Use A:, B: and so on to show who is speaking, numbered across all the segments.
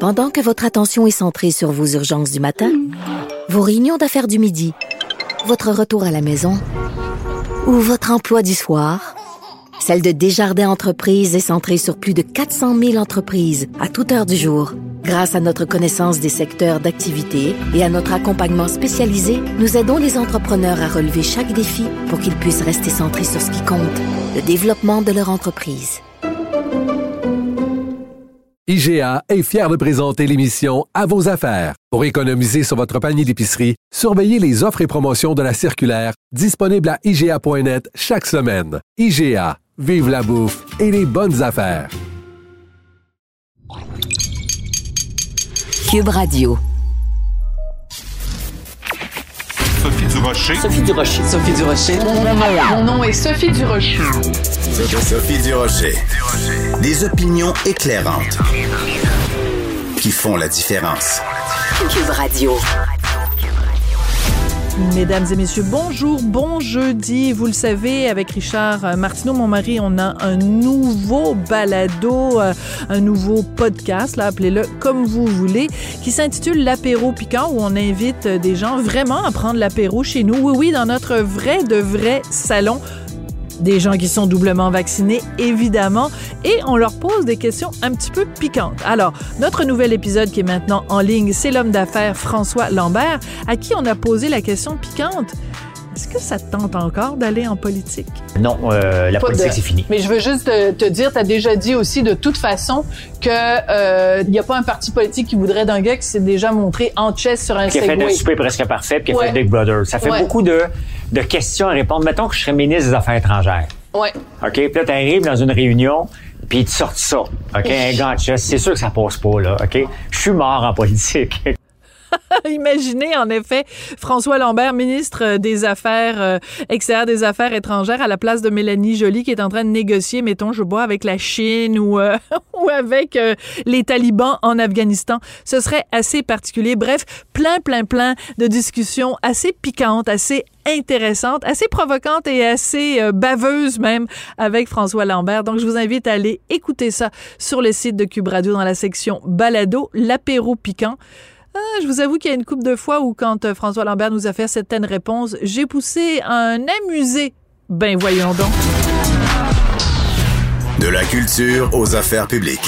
A: Pendant que votre attention est centrée sur vos urgences du matin, vos réunions d'affaires du midi, votre retour à la maison ou votre emploi du soir, celle de Desjardins Entreprises est centrée sur plus de 400 000 entreprises à toute heure du jour. Grâce à notre connaissance des secteurs d'activité et à notre accompagnement spécialisé, nous aidons les entrepreneurs à relever chaque défi pour qu'ils puissent rester centrés sur ce qui compte, le développement de leur entreprise.
B: IGA est fier de présenter l'émission À vos affaires. Pour économiser sur votre panier d'épicerie, surveillez les offres et promotions de la circulaire disponible à IGA.net chaque semaine. IGA, vive la bouffe et les bonnes affaires.
A: Cube Radio.
C: Sophie Durocher.
D: Sophie Durocher. Sophie Durocher.
E: Mon nom est Sophie Durocher.
F: Sophie Durocher. Des opinions éclairantes qui font la différence.
A: Cube Radio.
E: Mesdames et messieurs, bonjour, bon jeudi. Vous le savez, avec Richard Martineau, mon mari, on a un nouveau balado, un nouveau podcast, là, appelez-le comme vous voulez, qui s'intitule L'apéro piquant, où on invite des gens vraiment à prendre l'apéro chez nous. Oui, dans notre vrai salon. Des gens qui sont doublement vaccinés, évidemment, et on leur pose des questions un petit peu piquantes. Alors, notre nouvel épisode qui est maintenant en ligne, c'est l'homme d'affaires François Lambert, à qui on a posé la question piquante. Est-ce que ça te tente encore d'aller en politique?
D: Non, la politique, c'est fini.
E: Mais je veux juste te dire, t'as déjà dit aussi de toute façon que y a pas un parti politique qui voudrait d'un gars qui s'est déjà montré en chess sur un
D: Segway. Qui a fait un souper presque parfait, puis qui a fait Big Brother. Ça fait beaucoup de questions à répondre. Mettons que je serais ministre des Affaires étrangères.
E: Ouais.
D: OK? Puis là, t'arrives dans une réunion, puis ils te sortent ça. OK? Un gars en chess. C'est sûr que ça passe pas, là. OK? Je suis mort en politique.
E: Imaginez, en effet, François Lambert, ministre des Affaires extérieures, des Affaires étrangères, à la place de Mélanie Joly, qui est en train de négocier, mettons, je bois, avec la Chine ou avec les talibans en Afghanistan. Ce serait assez particulier. Bref, plein de discussions assez piquantes, assez intéressantes, assez provocantes et assez baveuses même avec François Lambert. Donc, je vous invite à aller écouter ça sur le site de Cube Radio dans la section Balado, l'apéro piquant. Je vous avoue qu'il y a une couple de fois où, quand François Lambert nous a fait certaines réponses, j'ai poussé un amusé. Ben voyons donc.
F: De la culture aux affaires publiques.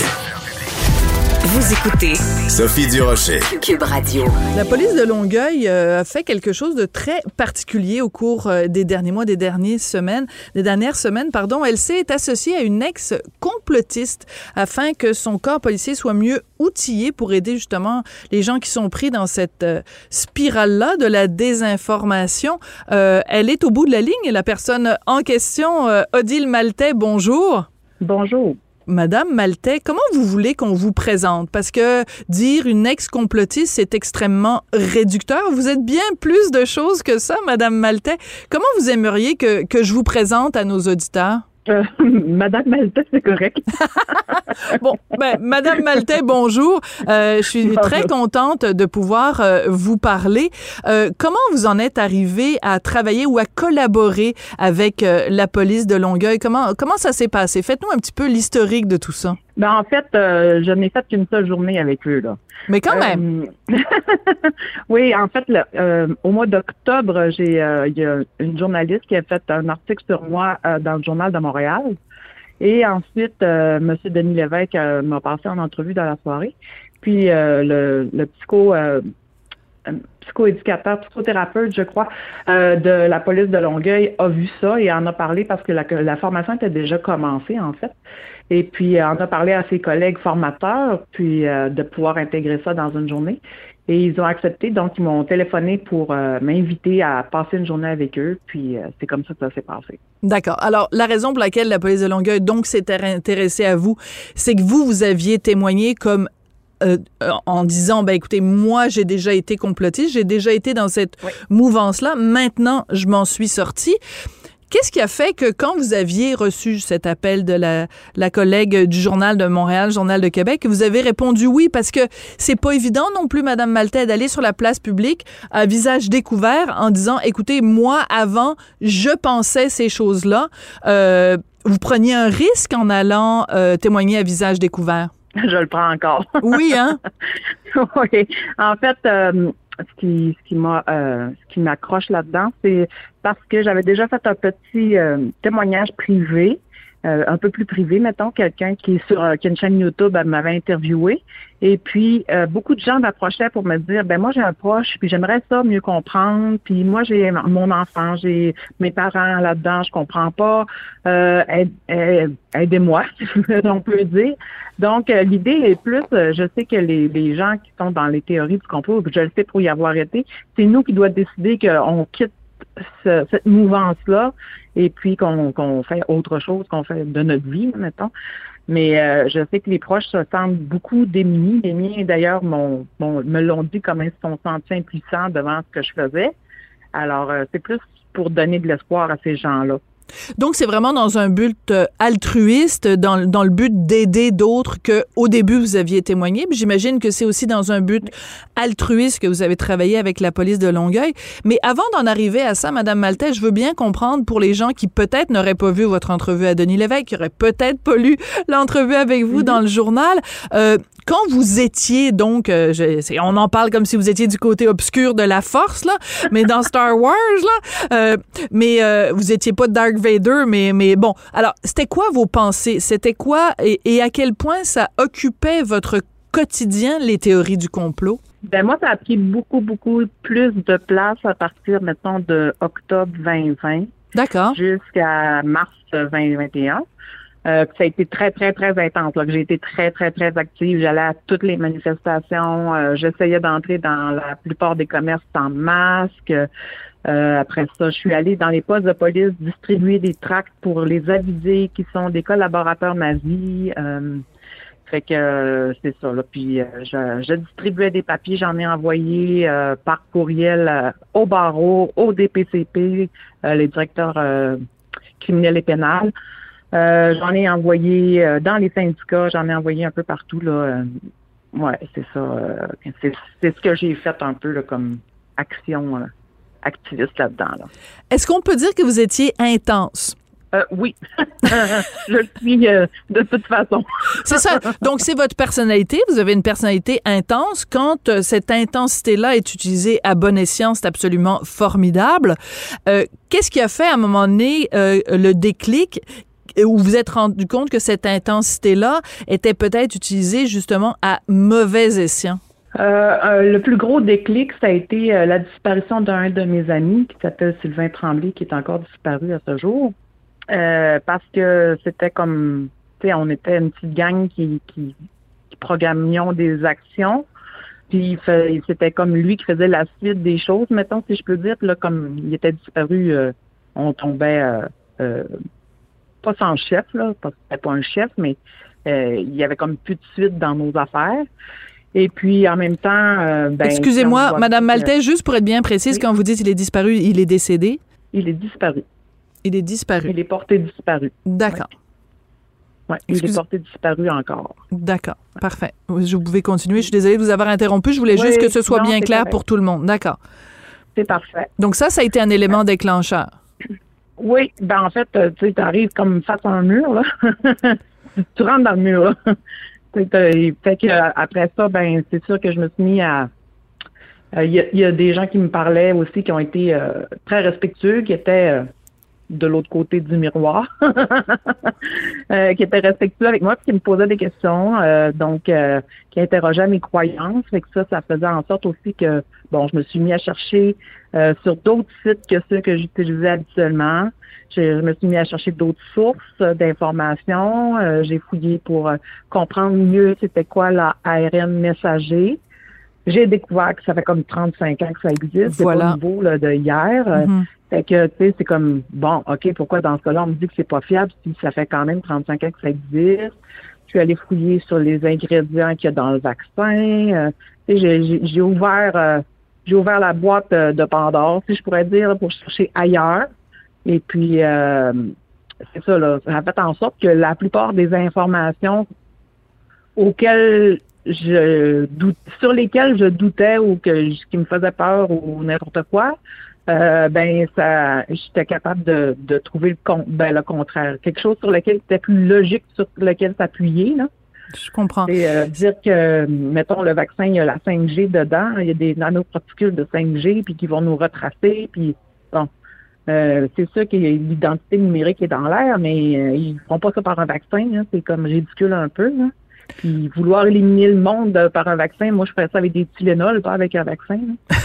A: Vous écoutez
F: Sophie Durocher.
A: Cube Radio.
E: La police de Longueuil a fait quelque chose de très particulier au cours des derniers mois, des dernières semaines. Elle s'est associée à une ex-complotiste afin que son corps policier soit mieux outillé pour aider justement les gens qui sont pris dans cette spirale-là de la désinformation. Elle est au bout de la ligne, la personne en question, Odile Maltais, bonjour.
G: Bonjour.
E: Madame Maltais, comment vous voulez qu'on vous présente? Parce que dire une ex-complotiste, c'est extrêmement réducteur. Vous êtes bien plus de choses que ça, Madame Maltais. Comment vous aimeriez que je vous présente à nos auditeurs?
G: Madame Maltais, c'est correct.
E: Bon, Madame Maltais, bonjour. Je suis très contente de pouvoir vous parler. Comment vous en êtes arrivée à travailler ou à collaborer avec la police de Longueuil? Comment ça s'est passé? Faites-nous un petit peu l'historique de tout ça.
G: En fait, je n'ai fait qu'une seule journée avec eux, là.
E: Mais quand même!
G: Oui, en fait, au mois d'octobre, il y a une journaliste qui a fait un article sur moi dans le Journal de Montréal. Et ensuite, M. Denis Lévesque m'a passé en entrevue dans la soirée. Puis le psychoéducateur, psychothérapeute, je crois, de la police de Longueuil a vu ça et en a parlé parce que la formation était déjà commencée, en fait. Et puis, on a parlé à ses collègues formateurs, puis de pouvoir intégrer ça dans une journée. Et ils ont accepté, donc ils m'ont téléphoné pour m'inviter à passer une journée avec eux, puis c'est comme ça que ça s'est passé.
E: D'accord. Alors, la raison pour laquelle la police de Longueuil, donc, s'est intéressée à vous, c'est que vous aviez témoigné comme en disant, écoutez, moi, j'ai déjà été complotiste, j'ai déjà été dans cette mouvance-là, maintenant, je m'en suis sortie. Qu'est-ce qui a fait que quand vous aviez reçu cet appel de la collègue du Journal de Montréal, Journal de Québec, vous avez répondu oui? Parce que c'est pas évident non plus, Madame Maltais, d'aller sur la place publique à visage découvert en disant, écoutez, moi, avant, je pensais ces choses-là. Vous preniez un risque en allant témoigner à visage découvert?
G: Je le prends encore.
E: Oui, hein?
G: Oui. En fait, ce qui m'accroche là-dedans, c'est parce que j'avais déjà fait un petit témoignage privé, un peu plus privé, mettons, quelqu'un qui a une chaîne YouTube, elle m'avait interviewé. Et puis, beaucoup de gens m'approchaient pour me dire, ben moi, j'ai un proche, puis j'aimerais ça mieux comprendre. Puis moi, j'ai mon enfant, j'ai mes parents là-dedans, je comprends pas. Aidez-moi, si on peut dire. Donc, l'idée est plus, je sais que les gens qui sont dans les théories du complot, je le sais pour y avoir été, c'est nous qui doit décider qu'on quitte cette mouvance-là et puis qu'on fait autre chose, qu'on fait de notre vie, mettons. Mais je sais que les proches se sentent beaucoup démunis. Les miens, d'ailleurs, me l'ont dit comment ils se sont sentis impuissants devant ce que je faisais. Alors, c'est plus pour donner de l'espoir à ces gens-là.
E: Donc, c'est vraiment dans un but altruiste, dans le but d'aider d'autres qu'au début, vous aviez témoigné. Puis j'imagine que c'est aussi dans un but altruiste que vous avez travaillé avec la police de Longueuil. Mais avant d'en arriver à ça, Madame Maltais, je veux bien comprendre pour les gens qui peut-être n'auraient pas vu votre entrevue à Denis Lévesque, qui n'auraient peut-être pas lu l'entrevue avec vous dans le journal. Quand vous étiez, donc, on en parle comme si vous étiez du côté obscur de la force, là, mais dans Star Wars, là, vous étiez pas Dark Vader, mais bon. Alors, c'était quoi vos pensées? C'était quoi et à quel point ça occupait votre quotidien, les théories du complot?
G: Ben moi, ça a pris beaucoup, beaucoup plus de place à partir, mettons, de octobre 2020.
E: D'accord.
G: Jusqu'à mars 2021. Ça a été très, très, très intense. Là, que j'ai été très, très, très active. J'allais à toutes les manifestations. J'essayais d'entrer dans la plupart des commerces sans masque. Après ça, je suis allée dans les postes de police distribuer des tracts pour les aviser qui sont des collaborateurs nazis. Fait que c'est ça. Là. Puis je distribuais des papiers. J'en ai envoyé par courriel au barreau, au DPCP, les directeurs criminels et pénals. J'en ai envoyé dans les syndicats, j'en ai envoyé un peu partout, là. Ouais, c'est ça. C'est ce que j'ai fait un peu là, comme action activiste là-dedans. Là.
E: Est-ce qu'on peut dire que vous étiez intense?
G: Oui, je le suis de toute façon.
E: C'est ça. Donc, c'est votre personnalité. Vous avez une personnalité intense. Quand cette intensité-là est utilisée à bon escient, c'est absolument formidable. Qu'est-ce qui a fait, à un moment donné, le déclic où vous êtes rendu compte que cette intensité-là était peut-être utilisée justement à mauvais escient?
G: Le plus gros déclic, ça a été la disparition d'un de mes amis qui s'appelle Sylvain Tremblay, qui est encore disparu à ce jour. Parce que c'était comme, tu sais, on était une petite gang qui programmions des actions. Puis c'était comme lui qui faisait la suite des choses, mettons, si je peux dire. Là, comme il était disparu, on tombait pas sans chef, là, parce que c'était pas un chef, mais il y avait comme plus de suite dans nos affaires. Et puis, en même temps...
E: excusez-moi, Madame Maltais, juste pour être bien précise, oui. Quand vous dites il est disparu, il est décédé?
G: Il est disparu.
E: Il est disparu.
G: Il est porté disparu.
E: D'accord.
G: Oui, il est porté disparu encore.
E: D'accord, parfait. Vous pouvez continuer. Je suis désolée de vous avoir interrompu. Je voulais juste que ce soit bien clair pour tout le monde. D'accord.
G: C'est parfait.
E: Donc ça a été un élément déclencheur.
G: Oui, ben en fait, tu sais, t'arrives comme face à un mur, là. Tu rentres dans le mur, là. Fait que après ça, ben c'est sûr que je me suis mis à... Il y a des gens qui me parlaient aussi qui ont été très respectueux, qui étaient de l'autre côté du miroir, qui étaient respectueux avec moi, puis qui me posaient des questions, qui interrogeaient mes croyances. Fait que ça faisait en sorte aussi que, bon, je me suis mis à chercher sur d'autres sites que ceux que j'utilisais habituellement. Je me suis mis à chercher d'autres sources d'informations. J'ai fouillé pour comprendre mieux c'était quoi la ARN messager. J'ai découvert que ça fait comme 35 ans que ça existe.
E: Voilà.
G: C'est pas nouveau là, de hier.
E: Mm-hmm.
G: Fait que, tu sais, c'est comme, bon, OK, pourquoi dans ce cas-là, on me dit que c'est pas fiable si ça fait quand même 35 ans que ça existe. Je suis allée fouiller sur les ingrédients qu'il y a dans le vaccin. Tu sais, j'ai ouvert la boîte de Pandore, si je pourrais dire, pour chercher ailleurs. Et puis, c'est ça, là. Ça a fait en sorte que la plupart des informations sur lesquelles je doutais ou qui me faisaient peur ou n'importe quoi, j'étais capable de trouver le contraire. Quelque chose sur lequel c'était plus logique, sur lequel s'appuyer, là.
E: Je comprends.
G: C'est dire que, mettons, le vaccin, il y a la 5G dedans, il y a des nanoparticules de 5G, puis qui vont nous retracer, puis bon, c'est sûr que l'identité numérique est dans l'air, mais ils feront pas ça par un vaccin, hein, c'est comme ridicule un peu, hein. Puis vouloir éliminer le monde par un vaccin, moi je ferais ça avec des Tylenol, pas avec un vaccin.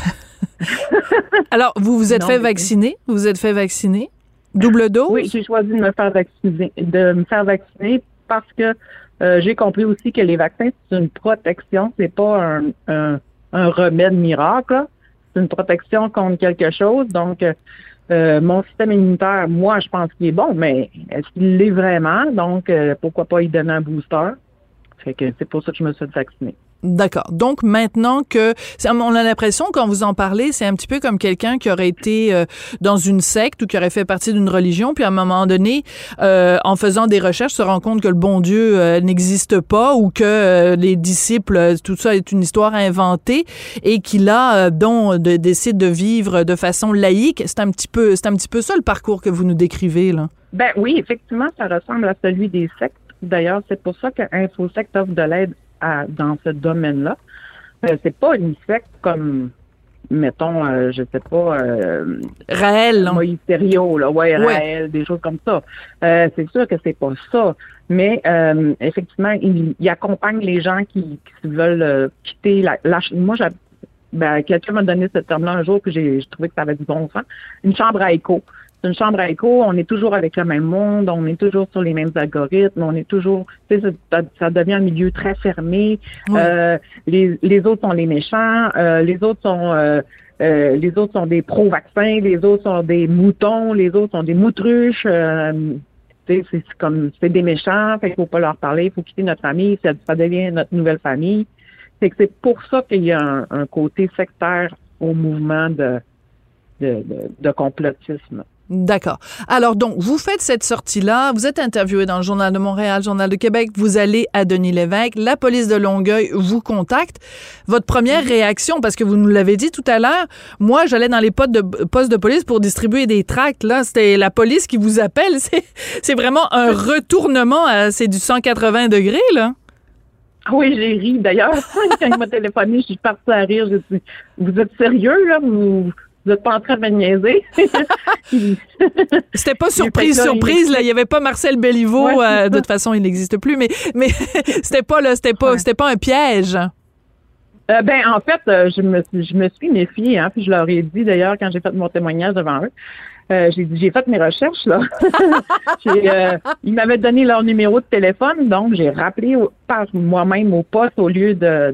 E: Alors, vous vous êtes fait vacciner? Vous vous êtes fait vacciner? Double dose?
G: Oui, j'ai choisi de me faire vacciner parce que j'ai compris aussi que les vaccins, c'est une protection, c'est pas un remède miracle, là. C'est une protection contre quelque chose. Donc, mon système immunitaire, moi, je pense qu'il est bon, mais est-ce qu'il l'est vraiment? Donc, pourquoi pas y donner un booster? Fait que c'est pour ça que je me suis vaccinée.
E: D'accord. Donc, maintenant on a l'impression, quand vous en parlez, c'est un petit peu comme quelqu'un qui aurait été dans une secte ou qui aurait fait partie d'une religion, puis à un moment donné, en faisant des recherches, se rend compte que le bon Dieu n'existe pas ou que les disciples, tout ça est une histoire inventée et qui là, décide de vivre de façon laïque. C'est un petit peu ça le parcours que vous nous décrivez, là.
G: Ben oui, effectivement, ça ressemble à celui des sectes. D'ailleurs, c'est pour ça que InfoSect offre de l'aide dans ce domaine-là. C'est pas une secte comme, mettons, je sais pas...
E: Raël.
G: Moïse Thériault, là, Raël, des choses comme ça. C'est sûr que c'est pas ça. Mais effectivement, il accompagne les gens qui veulent quitter moi, quelqu'un m'a donné ce terme-là un jour que j'ai trouvé que ça avait du bon sens. Une chambre à écho. C'est une chambre à écho, on est toujours avec le même monde, on est toujours sur les mêmes algorithmes, on est toujours, tu sais, ça devient un milieu très fermé. Oui. Les autres sont les méchants, les autres sont des pro-vaccins, les autres sont des moutons, les autres sont des moutruches. Tu sais, c'est des méchants, fait qu'il faut pas leur parler, il faut quitter notre famille, ça devient notre nouvelle famille. C'est que c'est pour ça qu'il y a un côté sectaire au mouvement de complotisme.
E: D'accord. Alors donc, vous faites cette sortie-là, vous êtes interviewé dans le Journal de Montréal, Journal de Québec, vous allez à Denis-Lévesque, la police de Longueuil vous contacte. Votre première réaction, parce que vous nous l'avez dit tout à l'heure, moi, j'allais dans les postes de police pour distribuer des tracts, là, c'était la police qui vous appelle, c'est vraiment un retournement, c'est du 180 degrés, là.
G: Oui, j'ai ri. D'ailleurs, quand il m'a téléphoné, je suis partie à rire, j'ai dit, vous êtes sérieux, là? Vous n'êtes pas en train de me niaiser.
E: C'était pas surprise, là. Il y avait pas Marcel Béliveau. De toute façon, il n'existe plus, mais c'était pas un piège.
G: En fait, je me suis méfiée, hein, puis je leur ai dit d'ailleurs quand j'ai fait mon témoignage devant eux. J'ai dit, j'ai fait mes recherches, là. Ils m'avaient donné leur numéro de téléphone, donc j'ai rappelé par moi-même au poste au lieu de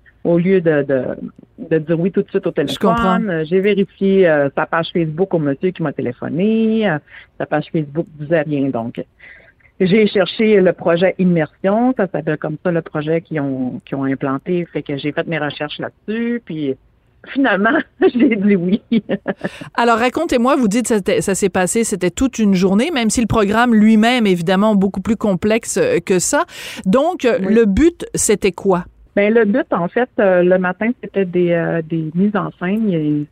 G: dire oui tout de suite au téléphone. J'ai vérifié sa page Facebook au monsieur qui m'a téléphoné. Sa page Facebook disait rien, donc. J'ai cherché le projet Immersion, ça s'appelle comme ça le projet qu'ils ont implanté, fait que j'ai fait mes recherches là-dessus, puis finalement, j'ai dit oui.
E: Alors, racontez-moi, vous dites que ça s'est passé, c'était toute une journée, même si le programme lui-même, évidemment, beaucoup plus complexe que ça. Donc, oui. Le but, c'était quoi?
G: Ben le but, en fait, le matin, c'était des mises en scène. Il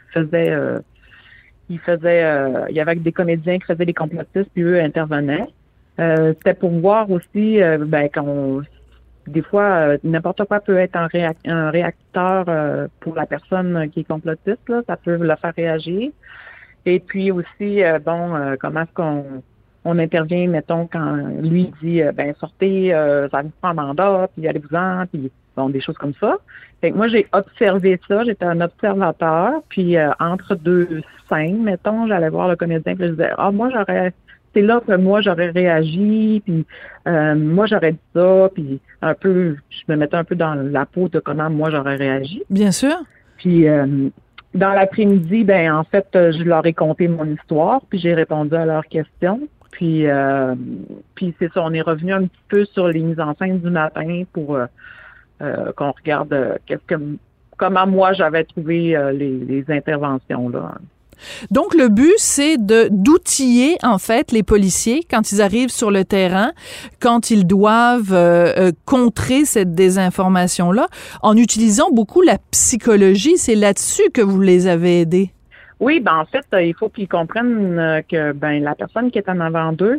G: y avait des comédiens qui faisaient des complotistes, puis eux intervenaient. C'était pour voir aussi, des fois, n'importe quoi peut être un réacteur pour la personne qui est complotiste, là, ça peut le faire réagir. Et puis aussi, comment est-ce qu'on intervient, mettons, quand lui dit, sortez, ça vous prend un mandat, puis allez-vous-en, puis des choses comme ça. Fait que moi, j'ai observé ça, j'étais un observateur, puis entre deux scènes, mettons, j'allais voir le comédien, puis je disais, c'est là que moi, j'aurais réagi, puis moi, j'aurais dit ça, puis un peu, je me mettais un peu dans la peau de comment moi, j'aurais réagi.
E: Bien sûr.
G: Puis, dans l'après-midi, en fait, je leur ai conté mon histoire, puis j'ai répondu à leurs questions. Puis c'est ça, on est revenu un petit peu sur les mises en scène du matin pour qu'on regarde comment moi, j'avais trouvé les interventions, là.
E: Donc, le but, c'est d'outiller, en fait, les policiers quand ils arrivent sur le terrain, quand ils doivent contrer cette désinformation-là, en utilisant beaucoup la psychologie. C'est là-dessus que vous les avez aidés.
G: Oui, en fait, il faut qu'ils comprennent que la personne qui est en avant d'eux,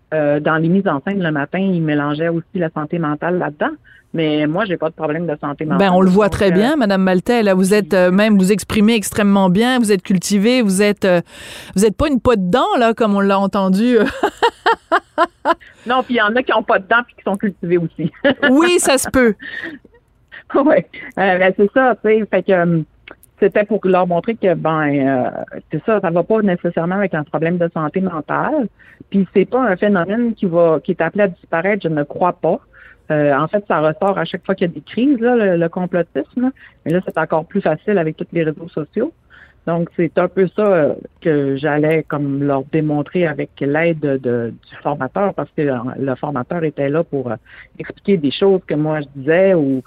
G: dans les mises en scène le matin, ils mélangeaient aussi la santé mentale là-dedans. Mais moi, j'ai pas de problème de santé mentale.
E: Ben, on le voit très bien, Madame Maltais. Là, vous êtes vous exprimez extrêmement bien, vous êtes cultivée, vous êtes pas une pote de dents, là, comme on l'a entendu.
G: Non, puis il y en a qui ont pas de dents puis qui sont cultivés aussi.
E: Oui, ça se peut.
G: Oui, ben, c'est ça, tu sais. Fait que c'était pour leur montrer que c'est ça va pas nécessairement avec un problème de santé mentale. Puis c'est pas un phénomène qui est appelé à disparaître, je ne crois pas. En fait, ça ressort à chaque fois qu'il y a des crises, là, le complotisme. Là. Mais là, c'est encore plus facile avec tous les réseaux sociaux. Donc, c'est un peu ça que j'allais comme leur démontrer avec l'aide du formateur, parce que le formateur était là pour expliquer des choses que moi je disais ou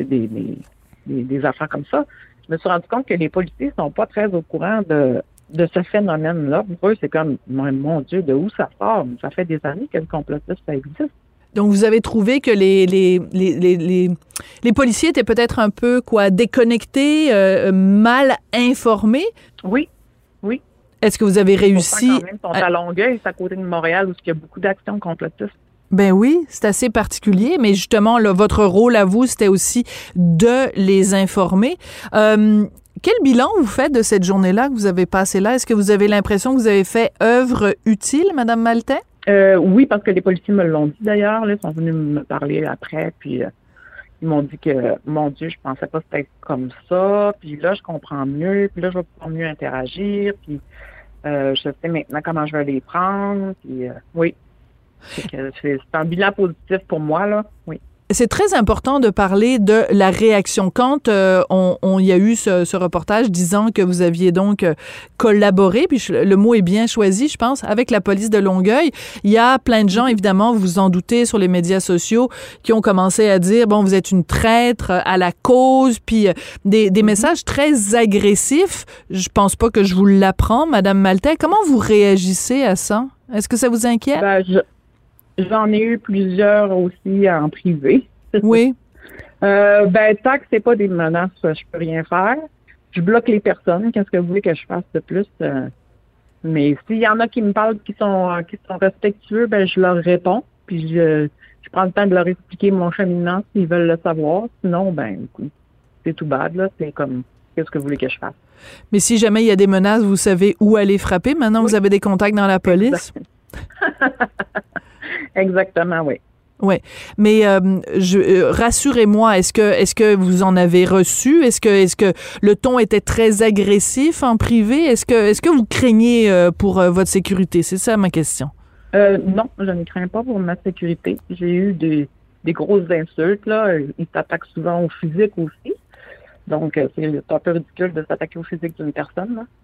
G: des affaires comme ça. Je me suis rendu compte que les policiers sont pas très au courant de ce phénomène-là. Pour eux, c'est comme, mon Dieu, de où ça sort? Ça fait des années que le complotisme, ça existe.
E: Donc, vous avez trouvé que les policiers étaient peut-être un peu, déconnectés, mal informés?
G: Oui.
E: Est-ce que vous avez réussi...
G: Quand même, sont à Longueuil, c'est à côté de Montréal, où il y a beaucoup d'actions complotistes.
E: Ben oui, c'est assez particulier, mais justement, là, votre rôle à vous, c'était aussi de les informer. Quel bilan vous faites de cette journée-là que vous avez passée là? Est-ce que vous avez l'impression que vous avez fait œuvre utile, Madame Maltais?
G: Oui, parce que les policiers me l'ont dit d'ailleurs. Là, ils sont venus me parler après, puis ils m'ont dit que, mon Dieu, je pensais pas que c'était comme ça. Puis là, je comprends mieux. Puis là, je vais pouvoir mieux interagir. Puis je sais maintenant comment je vais les prendre. Puis oui, c'est un bilan positif pour moi, là. Oui.
E: C'est très important de parler de la réaction. Quand on y a eu ce reportage disant que vous aviez donc collaboré, puis le mot est bien choisi, je pense, avec la police de Longueuil, il y a plein de gens, évidemment, vous vous en doutez, sur les médias sociaux, qui ont commencé à dire, bon, vous êtes une traître à la cause, puis des messages très agressifs. Je pense pas que je vous l'apprends, Madame Maltais. Comment vous réagissez à ça? Est-ce que ça vous inquiète?
G: J'en ai eu plusieurs aussi en privé.
E: Oui.
G: Tant que c'est pas des menaces, je peux rien faire. Je bloque les personnes. Qu'est-ce que vous voulez que je fasse de plus? Mais s'il y en a qui me parlent qui sont respectueux, je leur réponds. Puis je prends le temps de leur expliquer mon cheminement s'ils veulent le savoir. Sinon, c'est tout bad, là. C'est comme, qu'est-ce que vous voulez que je fasse?
E: Mais si jamais il y a des menaces, vous savez où aller frapper. Maintenant, vous avez des contacts dans la police.
G: Exactement, oui.
E: Oui, mais rassurez-moi, est-ce que vous en avez reçu? Est-ce que le ton était très agressif en privé? Est-ce que vous craignez pour votre sécurité? C'est ça ma question.
G: Non, je ne crains pas pour ma sécurité. J'ai eu des grosses insultes, là. Ils s'attaquent souvent au physique aussi. Donc, c'est un peu ridicule de s'attaquer au physique d'une personne, là.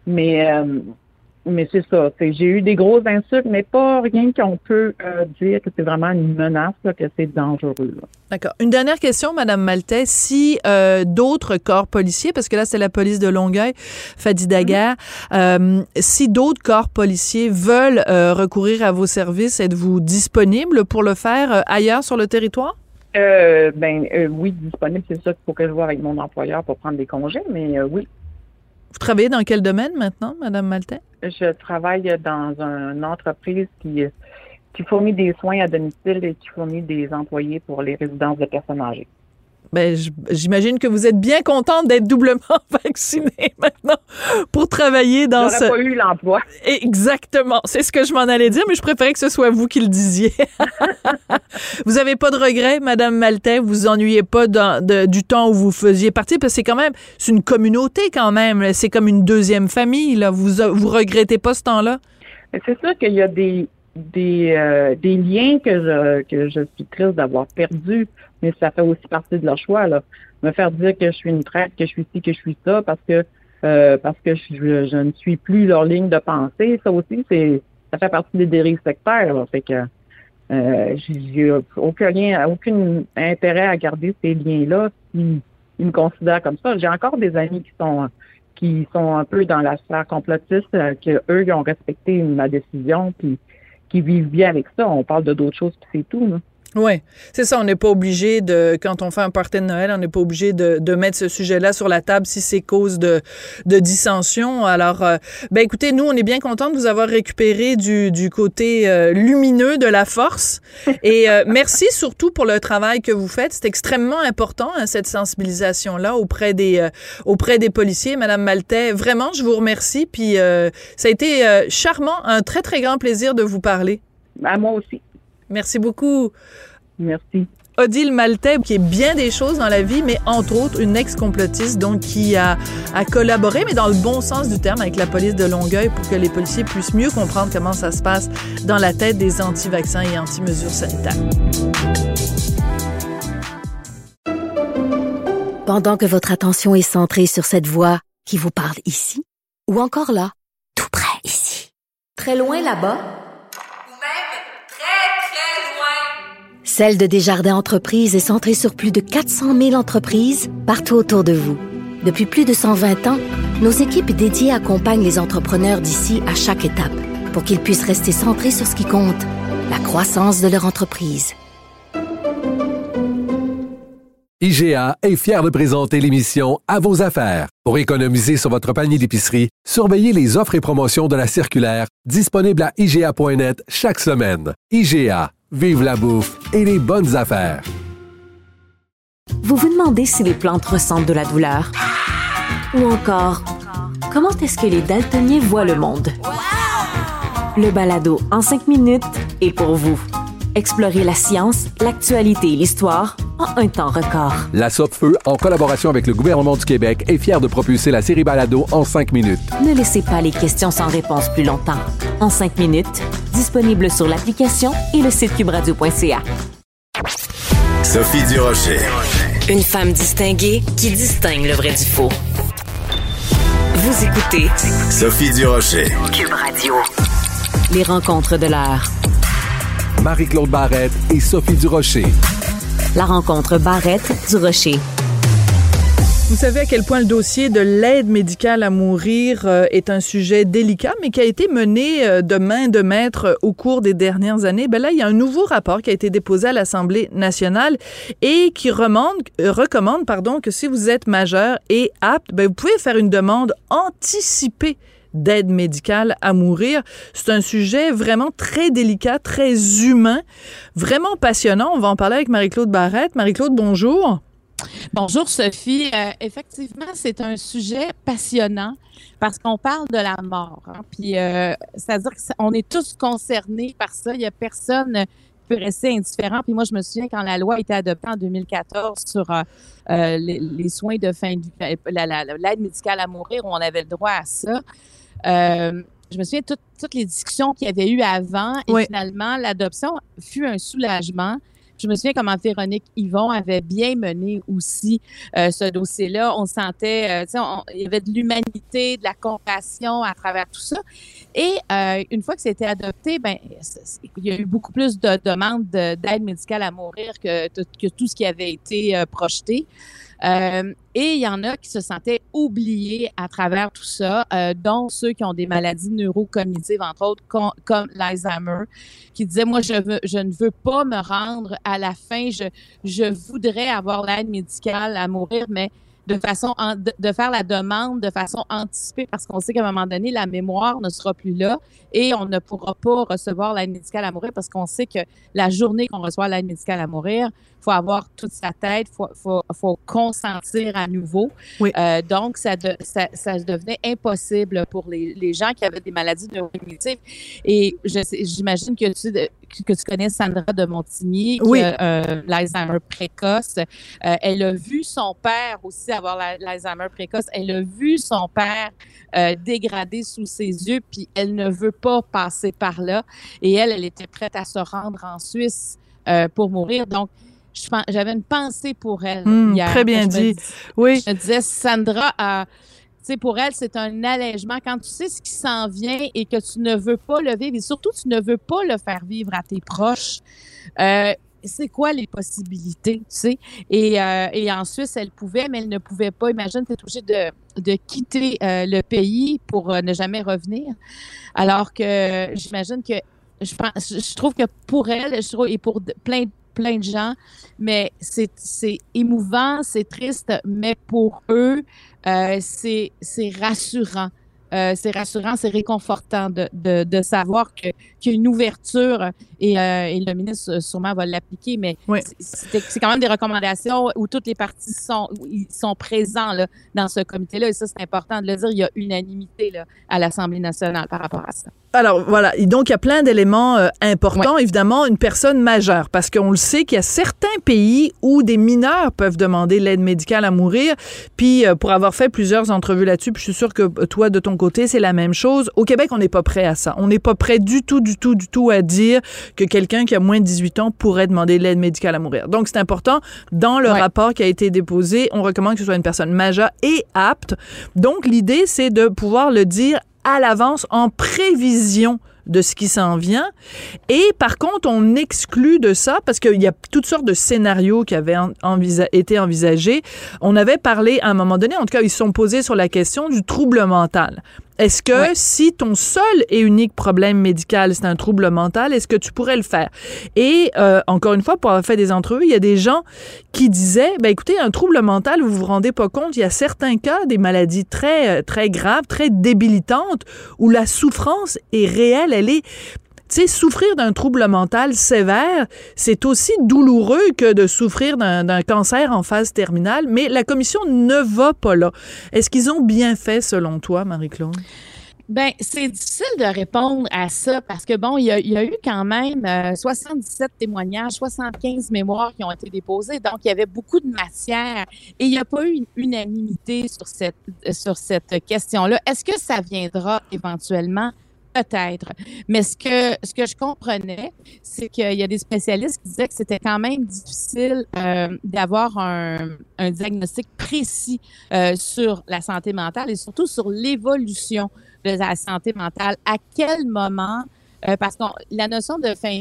G: Mais c'est ça. J'ai eu des grosses insultes, mais pas rien qu'on peut dire que c'est vraiment une menace, là, que c'est dangereux. Là.
E: D'accord. Une dernière question, Madame Maltais. Si d'autres corps policiers, parce que là, c'est la police de Longueuil, Fadi Daguerre, si d'autres corps policiers veulent recourir à vos services, êtes-vous disponible pour le faire ailleurs sur le territoire?
G: Oui, disponible. C'est ça qu'il faut que je vois avec mon employeur pour prendre des congés, mais oui.
E: Vous travaillez dans quel domaine maintenant, Madame Maltais?
G: Je travaille dans une entreprise qui fournit des soins à domicile et qui fournit des employés pour les résidences de personnes âgées.
E: Ben, j'imagine que vous êtes bien contente d'être doublement vaccinée maintenant pour travailler dans
G: J'aurais pas eu l'emploi.
E: Exactement. C'est ce que je m'en allais dire, mais je préférais que ce soit vous qui le disiez. Vous avez pas de regrets, Madame Maltais? Vous vous ennuyez pas du temps où vous faisiez partie? Parce que c'est une communauté quand même. C'est comme une deuxième famille, là. Vous regrettez pas ce temps-là?
G: C'est sûr qu'il y a des liens que je suis triste d'avoir perdus, mais ça fait aussi partie de leur choix, là. Me faire dire que je suis une traître, que je suis ci, que je suis ça, parce que je ne suis plus leur ligne de pensée, ça aussi, ça fait partie des dérives sectaires, là. Fait que j'ai aucun intérêt à garder ces liens-là s'ils me considèrent comme ça. J'ai encore des amis qui sont un peu dans la sphère complotiste, que eux, ils ont respecté ma décision, puis qui vivent bien avec ça. On parle de d'autres choses, puis c'est tout, là.
E: Oui, c'est ça. On n'est pas obligé quand on fait un party de Noël, on n'est pas obligé de mettre ce sujet-là sur la table si c'est cause de dissension. Alors, écoutez, nous, on est bien contents de vous avoir récupéré du côté lumineux de la force. Et merci surtout pour le travail que vous faites. C'est extrêmement important, hein, cette sensibilisation-là auprès des policiers. Madame Maltais, vraiment, je vous remercie. Puis, ça a été charmant, un très, très grand plaisir de vous parler.
G: À moi aussi.
E: Merci beaucoup.
G: Merci.
E: Odile Maltais, qui est bien des choses dans la vie, mais entre autres une ex-complotiste, donc qui a collaboré, mais dans le bon sens du terme, avec la police de Longueuil pour que les policiers puissent mieux comprendre comment ça se passe dans la tête des anti-vaccins et anti-mesures sanitaires.
A: Pendant que votre attention est centrée sur cette voix qui vous parle ici, ou encore là, tout près ici, très loin là-bas, Celle de Desjardins Entreprises est centrée sur plus de 400 000 entreprises partout autour de vous. Depuis plus de 120 ans, nos équipes dédiées accompagnent les entrepreneurs d'ici à chaque étape pour qu'ils puissent rester centrés sur ce qui compte, la croissance de leur entreprise.
B: IGA est fier de présenter l'émission À vos affaires. Pour économiser sur votre panier d'épicerie, surveillez les offres et promotions de la circulaire disponible à IGA.net chaque semaine. IGA. Vive la bouffe et les bonnes affaires.
H: Vous vous demandez si les plantes ressentent de la douleur? Ou encore, comment est-ce que les daltoniens voient le monde? Le balado en 5 minutes est pour vous. Explorez la science, l'actualité et l'histoire en un temps record.
B: La Sopfeu, en collaboration avec le gouvernement du Québec, est fière de propulser la série balado en 5 minutes.
H: Ne laissez pas les questions sans réponse plus longtemps. En 5 minutes, disponible sur l'application et le site cubradio.ca.
F: Sophie Durocher.
I: Une femme distinguée qui distingue le vrai du faux. Vous écoutez
F: Sophie Durocher.
I: Cube Radio.
H: Les rencontres de l'heure.
B: Marie-Claude Barrette et Sophie Durocher.
H: La rencontre Barrette-Durocher.
E: Vous savez à quel point le dossier de l'aide médicale à mourir est un sujet délicat, mais qui a été mené de main de maître au cours des dernières années. Ben là, il y a un nouveau rapport qui a été déposé à l'Assemblée nationale et qui recommande que si vous êtes majeur et apte, ben vous pouvez faire une demande anticipée d'aide médicale à mourir. C'est un sujet vraiment très délicat, très humain, vraiment passionnant. On va en parler avec Marie-Claude Barrette. Marie-Claude, bonjour.
J: Bonjour Sophie. Effectivement, c'est un sujet passionnant parce qu'on parle de la mort. Hein? Puis, c'est-à-dire qu'on est tous concernés par ça. Il n'y a personne qui peut rester indifférent. Puis moi, je me souviens quand la loi a été adoptée en 2014 sur les soins de fin de vie, l'aide médicale à mourir, où on avait le droit à ça. Je me souviens de toutes les discussions qu'il y avait eu avant et finalement, l'adoption fut un soulagement. Je me souviens comment Véronique Yvon avait bien mené aussi ce dossier-là. On sentait, il y avait de l'humanité, de la compassion à travers tout ça. Et une fois que c'était adopté, il y a eu beaucoup plus de demandes d'aide médicale à mourir que tout ce qui avait été projeté. Et il y en a qui se sentaient oubliés à travers tout ça, dont ceux qui ont des maladies neurocognitives, entre autres, comme l'Alzheimer, qui disaient, moi, je ne veux pas me rendre à la fin, je voudrais avoir l'aide médicale à mourir, mais de faire la demande de façon anticipée, parce qu'on sait qu'à un moment donné, la mémoire ne sera plus là et on ne pourra pas recevoir l'aide médicale à mourir parce qu'on sait que la journée qu'on reçoit l'aide médicale à mourir, faut avoir toute sa tête, faut consentir à nouveau. Oui. Donc, ça devenait impossible pour les gens qui avaient des maladies neurocognitives. Et j'imagine que tu connais Sandra de Montigny, qui a l'Alzheimer précoce. Elle a vu son père aussi avoir l'Alzheimer précoce. Elle a vu son père dégradé sous ses yeux, puis elle ne veut pas passer par là. Et elle était prête à se rendre en Suisse pour mourir. Donc, j'avais une pensée pour elle hier.
E: Très bien dit. Oui.
J: Je me disais, Sandra, pour elle, c'est un allègement. Quand tu sais ce qui s'en vient et que tu ne veux pas le vivre, et surtout, tu ne veux pas le faire vivre à tes proches, c'est quoi les possibilités, tu sais? Et en Suisse, elle pouvait, mais elle ne pouvait pas. Imagine, tu es obligée de quitter le pays pour ne jamais revenir. Alors que j'imagine que je trouve que pour elle, et pour plein plein de gens, mais c'est émouvant, c'est triste, mais pour eux, c'est rassurant. C'est rassurant, c'est réconfortant de savoir qu'il y a une ouverture et le ministre sûrement va l'appliquer, mais c'est quand même des recommandations où toutes les parties sont présents là, dans ce comité-là et ça, c'est important de le dire. Il y a unanimité là, à l'Assemblée nationale par rapport à ça.
E: Alors, voilà. Et donc, il y a plein d'éléments importants. Évidemment, une personne majeure, parce qu'on le sait qu'il y a certains pays où des mineurs peuvent demander l'aide médicale à mourir. Puis, pour avoir fait plusieurs entrevues là-dessus, puis je suis sûre que toi, de ton côté, c'est la même chose. Au Québec, on n'est pas prêt à ça. On n'est pas prêt du tout à dire que quelqu'un qui a moins de 18 ans pourrait demander l'aide médicale à mourir. Donc, c'est important. Dans le rapport qui a été déposé, on recommande que ce soit une personne majeure et apte. Donc, l'idée, c'est de pouvoir le dire à l'avance, en prévision de ce qui s'en vient. Et par contre, on exclut de ça, parce qu'il y a toutes sortes de scénarios qui avaient été envisagés. On avait parlé à un moment donné, en tout cas, ils se sont posés sur la question du trouble mental. Est-ce que si ton seul et unique problème médical, c'est un trouble mental, est-ce que tu pourrais le faire? Et encore une fois, pour avoir fait des entrevues, il y a des gens qui disaient, écoutez, un trouble mental, vous vous rendez pas compte, il y a certains cas, des maladies très, très graves, très débilitantes, où la souffrance est réelle, elle est... Tu sais, souffrir d'un trouble mental sévère, c'est aussi douloureux que de souffrir d'un cancer en phase terminale, mais la commission ne va pas là. Est-ce qu'ils ont bien fait, selon toi, Marie-Claude?
J: Ben, c'est difficile de répondre à ça parce que, bon, il y a eu quand même 77 témoignages, 75 mémoires qui ont été déposées, donc il y avait beaucoup de matière et il n'y a pas eu une unanimité sur cette question-là. Est-ce que ça viendra éventuellement? Peut-être. Mais ce que je comprenais, c'est qu'il y a des spécialistes qui disaient que c'était quand même difficile d'avoir un diagnostic précis sur la santé mentale et surtout sur l'évolution de la santé mentale. À quel moment, parce que la notion de fin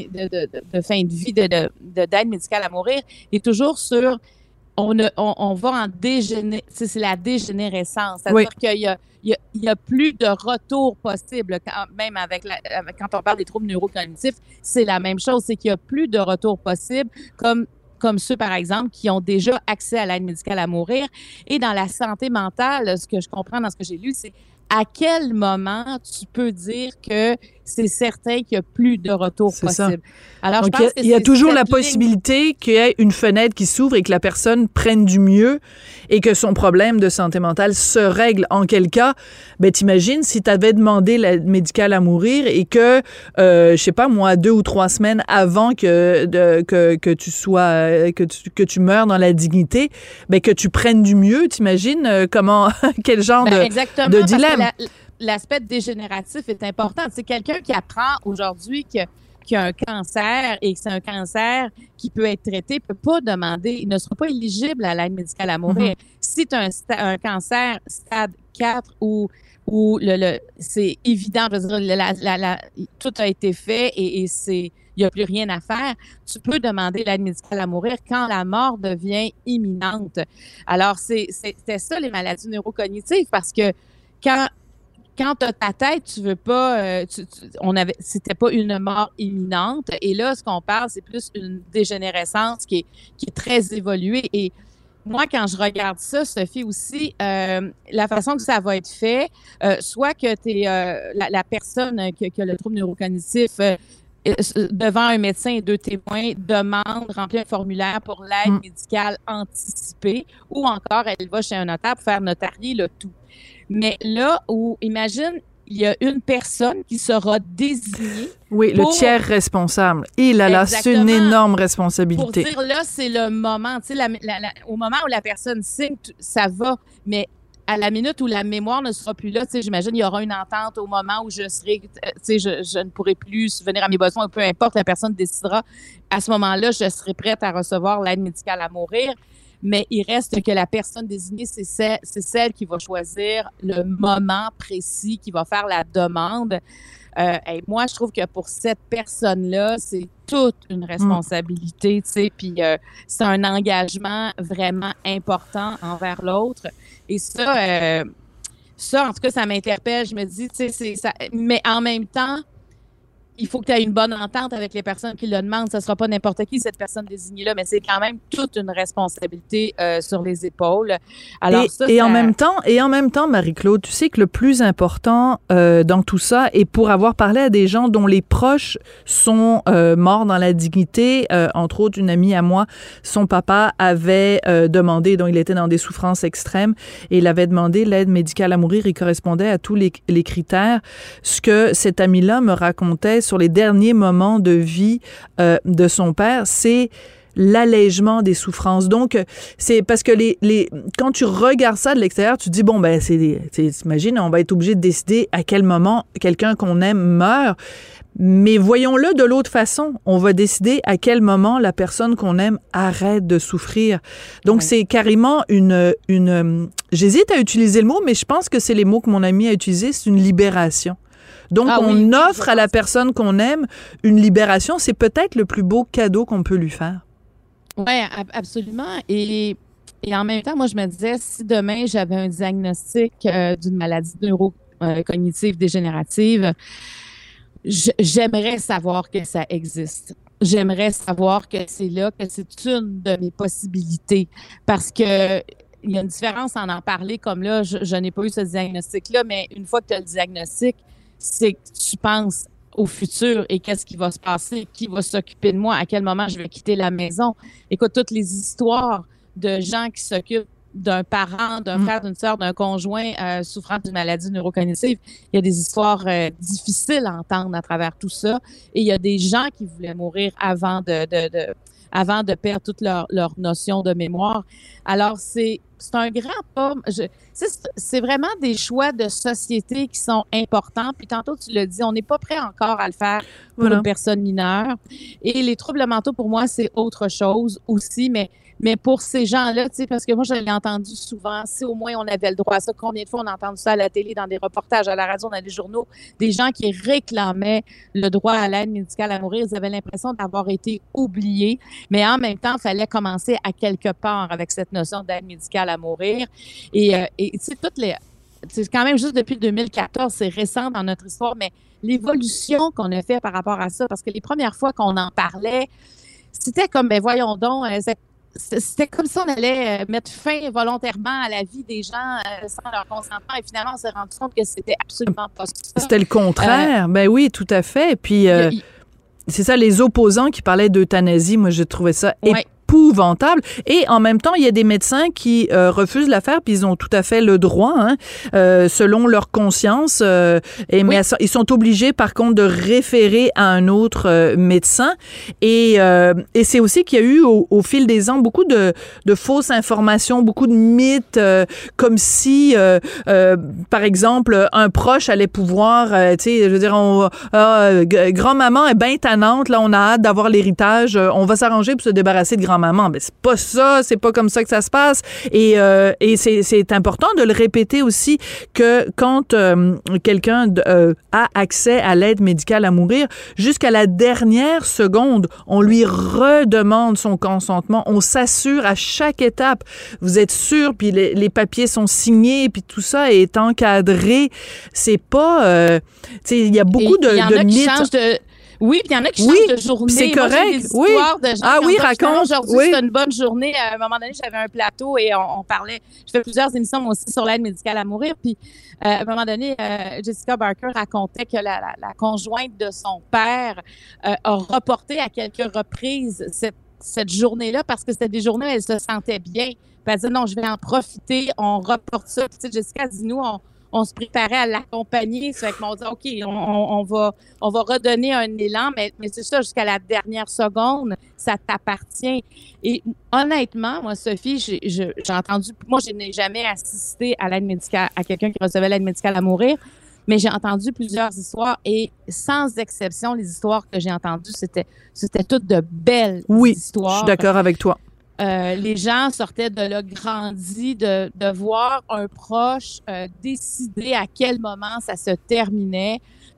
J: de vie, d'aide médicale à mourir est toujours sur on va en dégénérer, c'est la dégénérescence. C'est-à-dire qu'il y a plus de retour possible, même quand on parle des troubles neurocognitifs, c'est la même chose, c'est qu'il y a plus de retour possible, comme ceux, par exemple, qui ont déjà accès à l'aide médicale à mourir. Et dans la santé mentale, ce que je comprends dans ce que j'ai lu, c'est à quel moment tu peux dire que c'est certain qu'il n'y a plus de retour possible. Ça. Alors, donc, je pense il
E: y a toujours la possibilité qu'il y ait une fenêtre qui s'ouvre et que la personne prenne du mieux et que son problème de santé mentale se règle. En quel cas, t'imagines si tu avais demandé l'aide médicale à mourir et que, je sais pas moi, 2 ou 3 semaines avant que tu meurs dans la dignité, que tu prennes du mieux, t'imagines quel genre de dilemme?
J: L'aspect dégénératif est important. C'est quelqu'un qui apprend aujourd'hui qu'il y a un cancer et que c'est un cancer qui peut être traité, peut pas demander, il ne sera pas éligible à l'aide médicale à mourir. Si tu as un cancer stade 4 ou c'est évident, je veux dire, tout a été fait et il n'y a plus rien à faire, tu peux demander l'aide médicale à mourir quand la mort devient imminente. Alors, c'était ça les maladies neurocognitives parce que quand tu as ta tête, tu veux pas, c'était pas une mort imminente. Et là, ce qu'on parle, c'est plus une dégénérescence qui est très évoluée. Et moi, quand je regarde ça, Sophie aussi, la façon que ça va être fait, soit que t'es la personne qui a le trouble neurocognitif devant un médecin et 2 témoins, remplit un formulaire pour l'aide médicale anticipée, ou encore elle va chez un notaire pour faire notarier le tout. Mais là où, imagine, il y a une personne qui sera désignée.
E: Oui, le tiers responsable. Et là, c'est une énorme responsabilité.
J: Pour dire, là, c'est le moment. Tu sais, au moment où la personne signe, ça va, mais à la minute où la mémoire ne sera plus là, tu sais, j'imagine, il y aura une entente au moment où je serai, tu sais, je ne pourrai plus subvenir à mes besoins, peu importe, la personne décidera. À ce moment-là, je serai prête à recevoir l'aide médicale à mourir. Mais il reste que la personne désignée, c'est celle qui va choisir le moment précis, qui va faire la demande. Et moi, je trouve que pour cette personne-là, c'est toute une responsabilité, tu sais, puis c'est un engagement vraiment important envers l'autre. Et ça, en tout cas, ça m'interpelle. Je me dis, tu sais, mais en même temps, il faut que tu aies une bonne entente avec les personnes qui le demandent. Ce ne sera pas n'importe qui, cette personne désignée-là, mais c'est quand même toute une responsabilité sur les épaules. Alors,
E: en même temps, Marie-Claude, tu sais que le plus important dans tout ça, et pour avoir parlé à des gens dont les proches sont morts dans la dignité, entre autres une amie à moi, son papa avait demandé, donc il était dans des souffrances extrêmes, et il avait demandé l'aide médicale à mourir. Il correspondait à tous les critères. Ce que cet ami-là me racontait sur les derniers moments de vie de son père, c'est l'allègement des souffrances. Donc, c'est parce que quand tu regardes ça de l'extérieur, tu te dis, bon, ben, t'imagines, on va être obligé de décider à quel moment quelqu'un qu'on aime meurt. Mais voyons-le de l'autre façon. On va décider à quel moment la personne qu'on aime arrête de souffrir. Donc, c'est carrément j'hésite à utiliser le mot, mais je pense que c'est les mots que mon ami a utilisés, c'est une libération. Donc, on offre à la personne qu'on aime une libération. C'est peut-être le plus beau cadeau qu'on peut lui faire.
J: Oui, absolument. Et en même temps, moi, je me disais, si demain, j'avais un diagnostic d'une maladie neurocognitive dégénérative, j'aimerais savoir que ça existe. J'aimerais savoir que c'est là, que c'est une de mes possibilités. Parce que il y a une différence en parler comme là, je n'ai pas eu ce diagnostic-là, mais une fois que tu as le diagnostic, c'est que tu penses au futur et qu'est-ce qui va se passer, qui va s'occuper de moi, à quel moment je vais quitter la maison. Écoute, toutes les histoires de gens qui s'occupent d'un parent, d'un frère, d'une sœur, d'un conjoint souffrant d'une maladie neurocognitive, il y a des histoires difficiles à entendre à travers tout ça. Et il y a des gens qui voulaient mourir avant de perdre toute leur notion de mémoire. Alors, c'est un grand pas. C'est vraiment des choix de société qui sont importants. Puis tantôt, tu l'as dit, on n'est pas prêt encore à le faire pour une personne mineure. Et les troubles mentaux, pour moi, c'est autre chose aussi, mais pour ces gens-là, tu sais, parce que moi, je l'ai entendu souvent, si au moins on avait le droit à ça, combien de fois on a entendu ça à la télé, dans des reportages, à la radio, dans les journaux, des gens qui réclamaient le droit à l'aide médicale à mourir, ils avaient l'impression d'avoir été oubliés, mais en même temps, il fallait commencer à quelque part avec cette notion d'aide médicale à mourir. Et tu sais, c'est quand même juste depuis 2014, c'est récent dans notre histoire, mais l'évolution qu'on a fait par rapport à ça, parce que les premières fois qu'on en parlait, c'était comme, ben voyons donc, c'était comme si on allait mettre fin volontairement à la vie des gens sans leur consentement. Et finalement, on s'est rendu compte que c'était absolument pas ça.
E: C'était le contraire. Ben oui, tout à fait. Puis, c'est ça, les opposants qui parlaient d'euthanasie, moi, je trouvais ça épouvantable. Et en même temps, il y a des médecins qui refusent la faire, puis ils ont tout à fait le droit, selon leur conscience. Mais ils sont obligés, par contre, de référer à un autre médecin. Et c'est aussi qu'il y a eu, au fil des ans, beaucoup de fausses informations, beaucoup de mythes, comme si, par exemple, un proche allait pouvoir, tu sais, je veux dire, grand-maman est bien tannante, là, on a hâte d'avoir l'héritage, on va s'arranger pour se débarrasser de grand-maman. Ben, c'est pas ça, c'est pas comme ça que ça se passe. Et c'est important de le répéter aussi que quand quelqu'un a accès à l'aide médicale à mourir, jusqu'à la dernière seconde, on lui redemande son consentement. On s'assure à chaque étape. Vous êtes sûr, puis les papiers sont signés, puis tout ça est encadré. C'est pas... tu sais, il y a beaucoup de mythes.
J: Oui, puis il y en a qui changent de journée.
E: C'est correct.
J: Moi, j'ai des histoires de gens
E: oui, raconte.
J: Aujourd'hui, c'est une bonne journée. À un moment donné, j'avais un plateau et on parlait. Je fais plusieurs émissions, moi aussi, sur l'aide médicale à mourir. Puis, à un moment donné, Jessica Barker racontait que la conjointe de son père a reporté à quelques reprises cette journée-là parce que c'était des journées où elle se sentait bien. Puis elle disait, non, je vais en profiter. On reporte ça. Puis, tu sais, Jessica dit, nous, on se préparait à l'accompagner. Ça fait qu'on dit, OK, on va redonner un élan, mais c'est ça, jusqu'à la dernière seconde, ça t'appartient. Et honnêtement, moi, Sophie, j'ai entendu, moi, je n'ai jamais assisté à l'aide médicale, à quelqu'un qui recevait l'aide médicale à mourir, mais j'ai entendu plusieurs histoires et sans exception, les histoires que j'ai entendues, c'était toutes de belles histoires.
E: Oui, je suis d'accord avec toi.
J: Les gens sortaient de là grandis, de voir un proche décider à quel moment ça se terminait,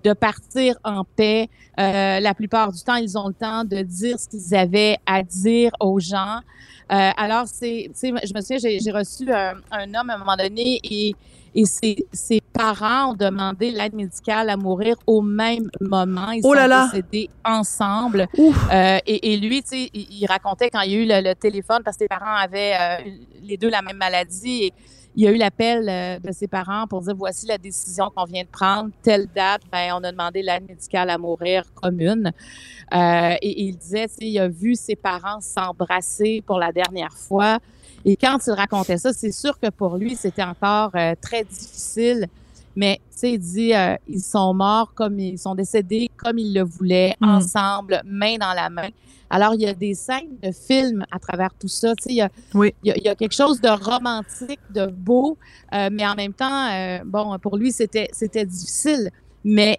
J: de partir en paix. La plupart du temps, ils ont le temps de dire ce qu'ils avaient à dire aux gens. Alors, je me souviens, j'ai reçu un homme à un moment donné et ses parents ont demandé l'aide médicale à mourir au même moment. Ils sont décédés ensemble. Et lui, tu sais, il racontait quand il y a eu le téléphone, parce que ses parents avaient les deux la même maladie. Et il y a eu l'appel de ses parents pour dire, voici la décision qu'on vient de prendre. Telle date, on a demandé l'aide médicale à mourir commune. Et il disait, tu sais, il a vu ses parents s'embrasser pour la dernière fois. Et quand il racontait ça, c'est sûr que pour lui, c'était encore très difficile. Mais, tu sais, il dit, ils sont morts ils sont décédés comme ils le voulaient, ensemble, main dans la main. Alors, il y a des scènes de films à travers tout ça. Tu sais, il y a quelque chose de romantique, de beau, mais en même temps, pour lui, c'était difficile. Mais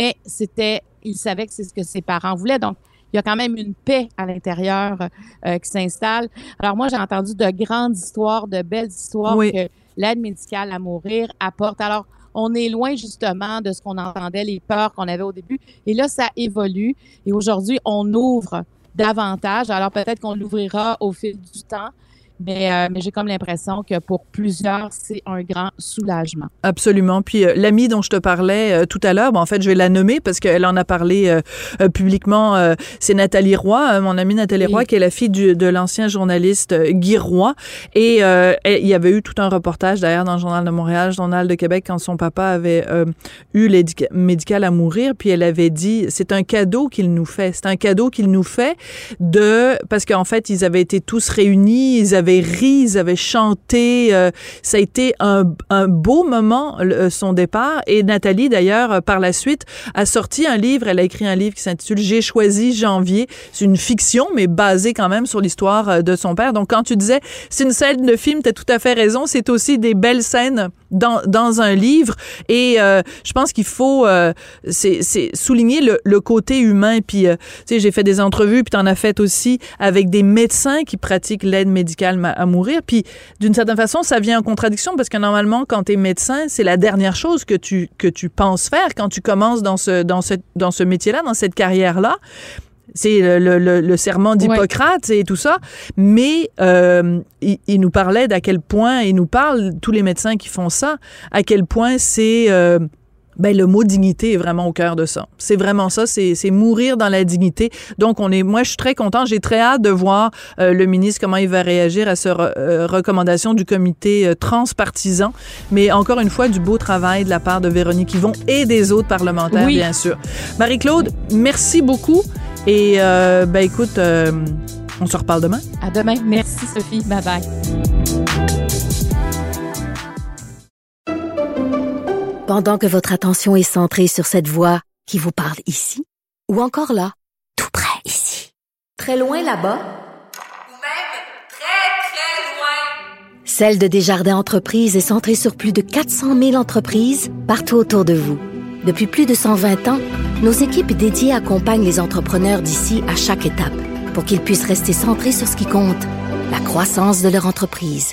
J: il savait que c'est ce que ses parents voulaient. Donc, il y a quand même une paix à l'intérieur qui s'installe. Alors moi, j'ai entendu de grandes histoires, de belles histoires que l'aide médicale à mourir apporte. Alors, on est loin justement de ce qu'on entendait, les peurs qu'on avait au début. Et là, ça évolue. Et aujourd'hui, on ouvre davantage. Alors peut-être qu'on l'ouvrira au fil du temps. Mais j'ai comme l'impression que pour plusieurs, c'est un grand soulagement.
E: Absolument. Puis l'amie dont je te parlais tout à l'heure, en fait, je vais la nommer parce qu'elle en a parlé publiquement. C'est Nathalie Roy, mon amie Nathalie Roy, qui est la fille de l'ancien journaliste Guy Roy. Et il y avait eu tout un reportage d'ailleurs dans le Journal de Montréal, le Journal de Québec, quand son papa avait eu l'aide médicale à mourir. Puis elle avait dit, c'est un cadeau qu'il nous fait. C'est un cadeau qu'il nous fait parce qu'en fait, ils avaient été tous réunis, ils avaient ri, ils avaient chanté. Ça a été un beau moment, son départ. Et Nathalie, d'ailleurs, par la suite, a sorti un livre. Elle a écrit un livre qui s'intitule « J'ai choisi janvier ». C'est une fiction, mais basée quand même sur l'histoire de son père. Donc, quand tu disais, c'est une scène de film, tu as tout à fait raison. C'est aussi des belles scènes dans un livre. Et je pense qu'il faut c'est souligner le côté humain. Puis, tu sais, j'ai fait des entrevues, puis tu en as fait aussi avec des médecins qui pratiquent l'aide médicale à mourir. Puis, d'une certaine façon, ça vient en contradiction parce que normalement, quand tu es médecin, c'est la dernière chose que tu penses faire quand tu commences dans ce métier-là, dans cette carrière-là. C'est le serment d'Hippocrate et tout ça. Mais il nous parlait d'à quel point, il nous parle, tous les médecins qui font ça, à quel point c'est... le mot dignité est vraiment au cœur de ça. C'est vraiment ça, c'est mourir dans la dignité. Donc, moi, je suis très contente. J'ai très hâte de voir le ministre, comment il va réagir à cette recommandation du comité transpartisan. Mais encore une fois, du beau travail de la part de Véronique Yvon et des autres parlementaires, bien sûr. Marie-Claude, merci beaucoup. Et, écoute, on se reparle demain.
J: À demain. Merci, Sophie. Bye-bye.
A: Pendant que votre attention est centrée sur cette voix qui vous parle ici, ou encore là, tout près ici, très loin là-bas, ou même très, très loin, celle de Desjardins Entreprises est centrée sur plus de 400 000 entreprises partout autour de vous. Depuis plus de 120 ans, nos équipes dédiées accompagnent les entrepreneurs d'ici à chaque étape pour qu'ils puissent rester centrés sur ce qui compte, la croissance de leur entreprise.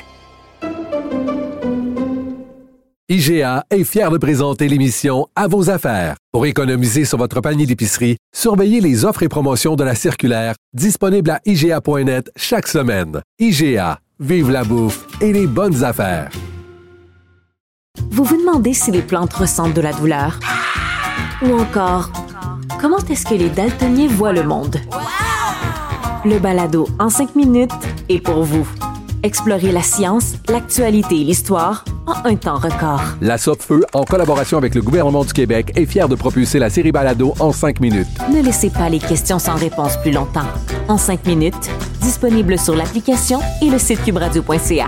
B: IGA est fier de présenter l'émission À vos affaires. Pour économiser sur votre panier d'épicerie, surveillez les offres et promotions de la circulaire disponible à IGA.net chaque semaine. IGA, vive la bouffe et les bonnes affaires.
H: Vous vous demandez si les plantes ressentent de la douleur? Ou encore, comment est-ce que les daltoniens voient le monde? Le balado en 5 minutes est pour vous. Explorez la science, l'actualité et l'histoire en un temps record.
B: La Sopfeu, en collaboration avec le gouvernement du Québec, est fière de propulser la série Balado en 5 minutes.
H: Ne laissez pas les questions sans réponse plus longtemps. En 5 minutes, disponible sur l'application et le site cubradio.ca.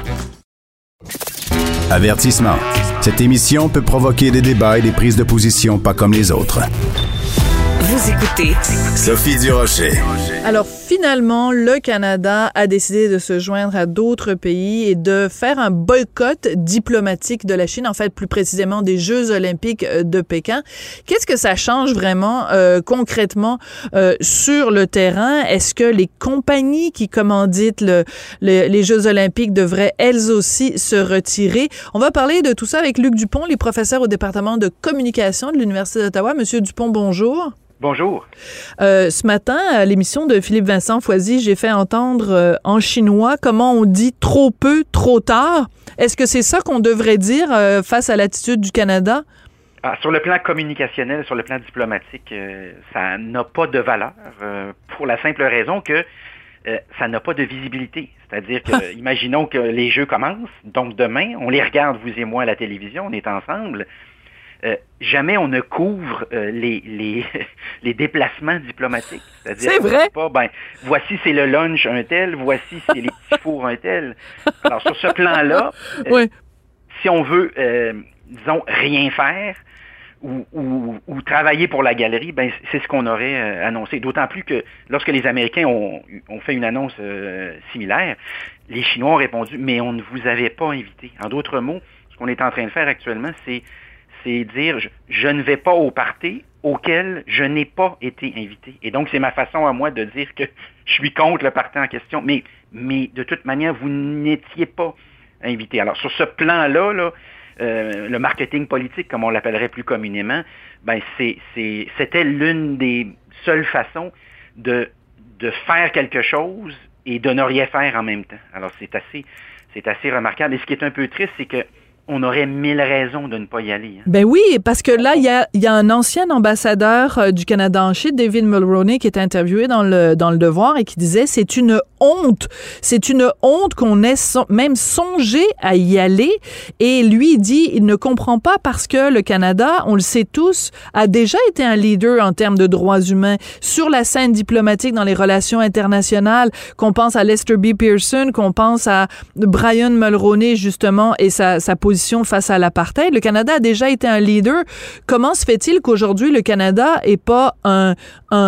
F: Avertissement. Cette émission peut provoquer des débats et des prises de position pas comme les autres.
I: Vous écoutez
F: Sophie Durocher.
E: Alors finalement, le Canada a décidé de se joindre à d'autres pays et de faire un boycott diplomatique de la Chine, en fait plus précisément des Jeux olympiques de Pékin. Qu'est-ce que ça change vraiment concrètement sur le terrain? Est-ce que les compagnies qui commanditent les Jeux olympiques devraient elles aussi se retirer? On va parler de tout ça avec Luc Dupont, les professeurs au département de communication de l'Université d'Ottawa. Monsieur Dupont, bonjour.
K: Bonjour.
E: Ce matin, à l'émission de Philippe-Vincent Foisy, j'ai fait entendre en chinois comment on dit « trop peu, trop tard ». Est-ce que c'est ça qu'on devrait dire face à l'attitude du Canada?
K: Sur le plan communicationnel, sur le plan diplomatique, ça n'a pas de valeur pour la simple raison que ça n'a pas de visibilité. C'est-à-dire que, imaginons que les Jeux commencent, donc demain, on les regarde, vous et moi, à la télévision, on est ensemble. Jamais on ne couvre les déplacements diplomatiques. C'est-à-dire,
E: c'est vrai?
K: Pas, voici c'est le lunch un tel, voici c'est les petits fours un tel. Alors sur ce plan-là,
E: oui.
K: Si on veut, disons, rien faire ou travailler pour la galerie, c'est ce qu'on aurait annoncé. D'autant plus que lorsque les Américains ont fait une annonce similaire, les Chinois ont répondu, mais on ne vous avait pas invité. En d'autres mots, ce qu'on est en train de faire actuellement, c'est dire je ne vais pas au party auquel je n'ai pas été invité. Et donc, c'est ma façon à moi de dire que je suis contre le party en question. Mais de toute manière, vous n'étiez pas invité. Alors, sur ce plan-là, le marketing politique, comme on l'appellerait plus communément, c'était l'une des seules façons de faire quelque chose et de ne rien faire en même temps. Alors, c'est assez remarquable. Et ce qui est un peu triste, c'est que on aurait 1000 raisons de ne pas y aller. Hein.
E: Ben oui, parce que là, il y a un ancien ambassadeur du Canada en Chine, David Mulroney, qui est interviewé dans le Devoir et qui disait c'est une honte qu'on ait même songé à y aller. Et lui, il dit il ne comprend pas parce que le Canada, on le sait tous, a déjà été un leader en termes de droits humains sur la scène diplomatique dans les relations internationales, qu'on pense à Lester B. Pearson, qu'on pense à Brian Mulroney, justement, et sa position face à l'apartheid. Le Canada a déjà été un leader. Comment se fait-il qu'aujourd'hui, le Canada est pas un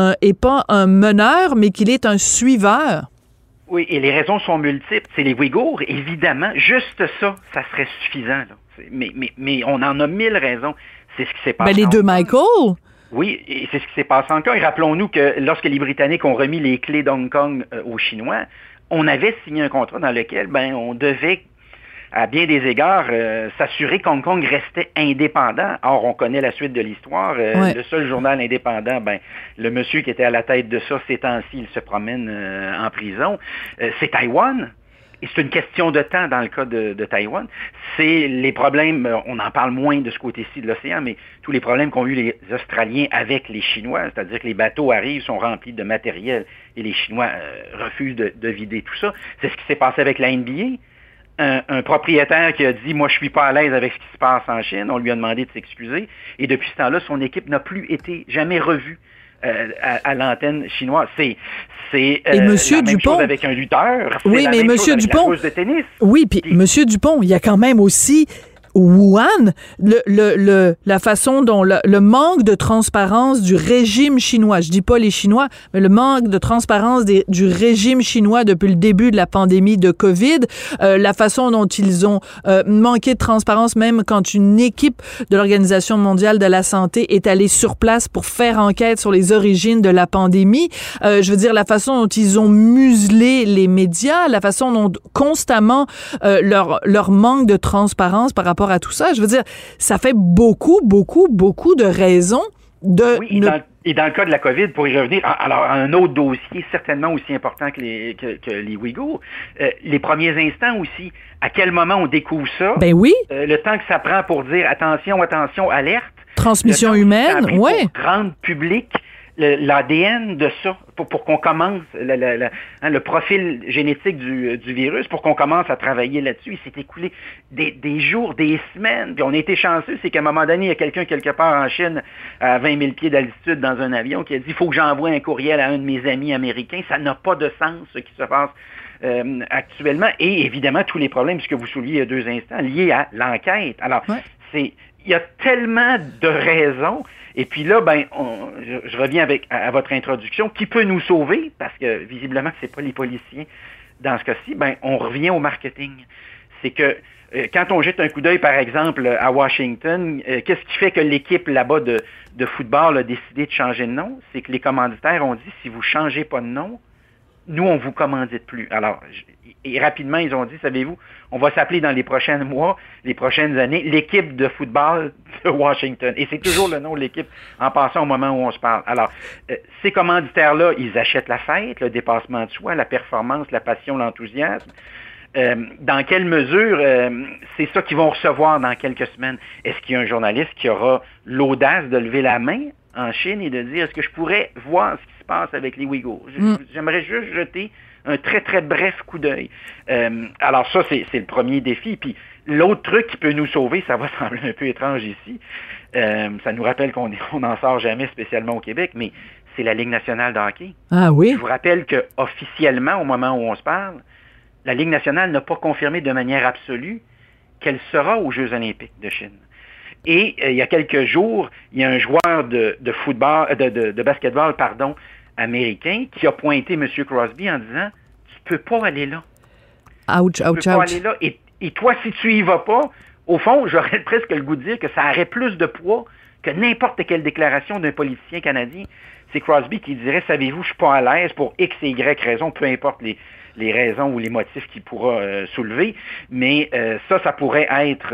E: meneur, mais qu'il est un suiveur?
K: Oui, et les raisons sont multiples. C'est les Ouïghours, évidemment. Juste ça serait suffisant. Là. Mais on en a 1000 raisons. C'est ce qui s'est passé.
E: Les deux Michael.
K: Oui, et c'est ce qui s'est passé encore. Et rappelons-nous que lorsque les Britanniques ont remis les clés d'Hong Kong aux Chinois, on avait signé un contrat dans lequel on devait à bien des égards, s'assurer qu'Hong Kong restait indépendant. Or, on connaît la suite de l'histoire.
E: Ouais.
K: Le seul journal indépendant, le monsieur qui était à la tête de ça, ces temps-ci, il se promène en prison. C'est Taïwan. Et c'est une question de temps dans le cas de Taïwan. C'est les problèmes, on en parle moins de ce côté-ci de l'océan, mais tous les problèmes qu'ont eu les Australiens avec les Chinois, c'est-à-dire que les bateaux arrivent, sont remplis de matériel, et les Chinois refusent de vider tout ça. C'est ce qui s'est passé avec la NBA. Un propriétaire qui a dit « Moi, je suis pas à l'aise avec ce qui se passe en Chine », on lui a demandé de s'excuser, et depuis ce temps-là, son équipe n'a plus été jamais revue à l'antenne chinoise. C'est
E: et Monsieur
K: la même
E: Dupont,
K: chose avec un lutteur.
E: Oui,
K: la
E: mais
K: même
E: Monsieur
K: chose avec
E: Dupont,
K: la course de tennis.
E: Oui, puis Monsieur Dupont, il y a quand même aussi Wuhan, la façon dont le manque de transparence du régime chinois, je dis pas les Chinois, mais le manque de transparence du régime chinois depuis le début de la pandémie de COVID, la façon dont ils ont manqué de transparence même quand une équipe de l'Organisation mondiale de la santé est allée sur place pour faire enquête sur les origines de la pandémie. Je veux dire, la façon dont ils ont muselé les médias, la façon dont constamment leur manque de transparence par rapport à tout ça. Je veux dire, ça fait beaucoup de raisons de...
K: Oui, et dans le cas de la COVID, pour y revenir, alors un autre dossier certainement aussi important que les Ouïghours, les premiers instants aussi, à quel moment on découvre ça?
E: Ben oui.
K: Le temps que ça prend pour dire attention, alerte.
E: Transmission humaine, oui.
K: Pour rendre public l'ADN de ça, pour qu'on commence, le profil génétique du virus, pour qu'on commence à travailler là-dessus. Il s'est écoulé des jours, des semaines, puis on a été chanceux, c'est qu'à un moment donné, il y a quelqu'un quelque part en Chine, à 20 000 pieds d'altitude dans un avion, qui a dit « il faut que j'envoie un courriel à un de mes amis américains ». Ça n'a pas de sens, ce qui se passe actuellement. Et évidemment, tous les problèmes, ce que vous souliez il y a 2 instants, liés à l'enquête. Alors, Il y a tellement de raisons. Et puis là, je reviens à votre introduction. Qui peut nous sauver? Parce que visiblement, c'est pas les policiers dans ce cas-ci. On revient au marketing. C'est que quand on jette un coup d'œil, par exemple, à Washington, qu'est-ce qui fait que l'équipe là-bas de football a décidé de changer de nom? C'est que les commanditaires ont dit, si vous changez pas de nom, nous, on vous commandite plus. Alors, et rapidement, ils ont dit, savez-vous, on va s'appeler dans les prochains mois, les prochaines années, l'équipe de football de Washington. Et c'est toujours le nom de l'équipe en passant au moment où on se parle. Alors, ces commanditaires-là, ils achètent la fête, le dépassement de soi, la performance, la passion, l'enthousiasme. Dans quelle mesure c'est ça qu'ils vont recevoir dans quelques semaines? Est-ce qu'il y a un journaliste qui aura l'audace de lever la main en Chine et de dire, est-ce que je pourrais voir ce qui se passe avec les Ouïghours? J'aimerais juste jeter un très, très bref coup d'œil. Alors ça, c'est le premier défi. Puis l'autre truc qui peut nous sauver, ça va sembler un peu étrange ici, ça nous rappelle qu'on n'en sort jamais, spécialement au Québec, mais c'est la Ligue nationale de hockey.
E: Ah oui?
K: Je vous rappelle que officiellement, au moment où on se parle, la Ligue nationale n'a pas confirmé de manière absolue qu'elle sera aux Jeux olympiques de Chine. Et il y a quelques jours, il y a un joueur de football, de basketball, américain, qui a pointé M. Crosby en disant « Tu peux pas aller là.
E: Ouch, ouch, ouch.
K: Tu peux pas aller là. Et toi, si tu y vas pas, au fond, j'aurais presque le goût de dire que ça aurait plus de poids que n'importe quelle déclaration d'un politicien canadien. C'est Crosby qui dirait « Savez-vous, je suis pas à l'aise pour X et Y raisons, peu importe les raisons ou les motifs qu'il pourra soulever, mais ça pourrait être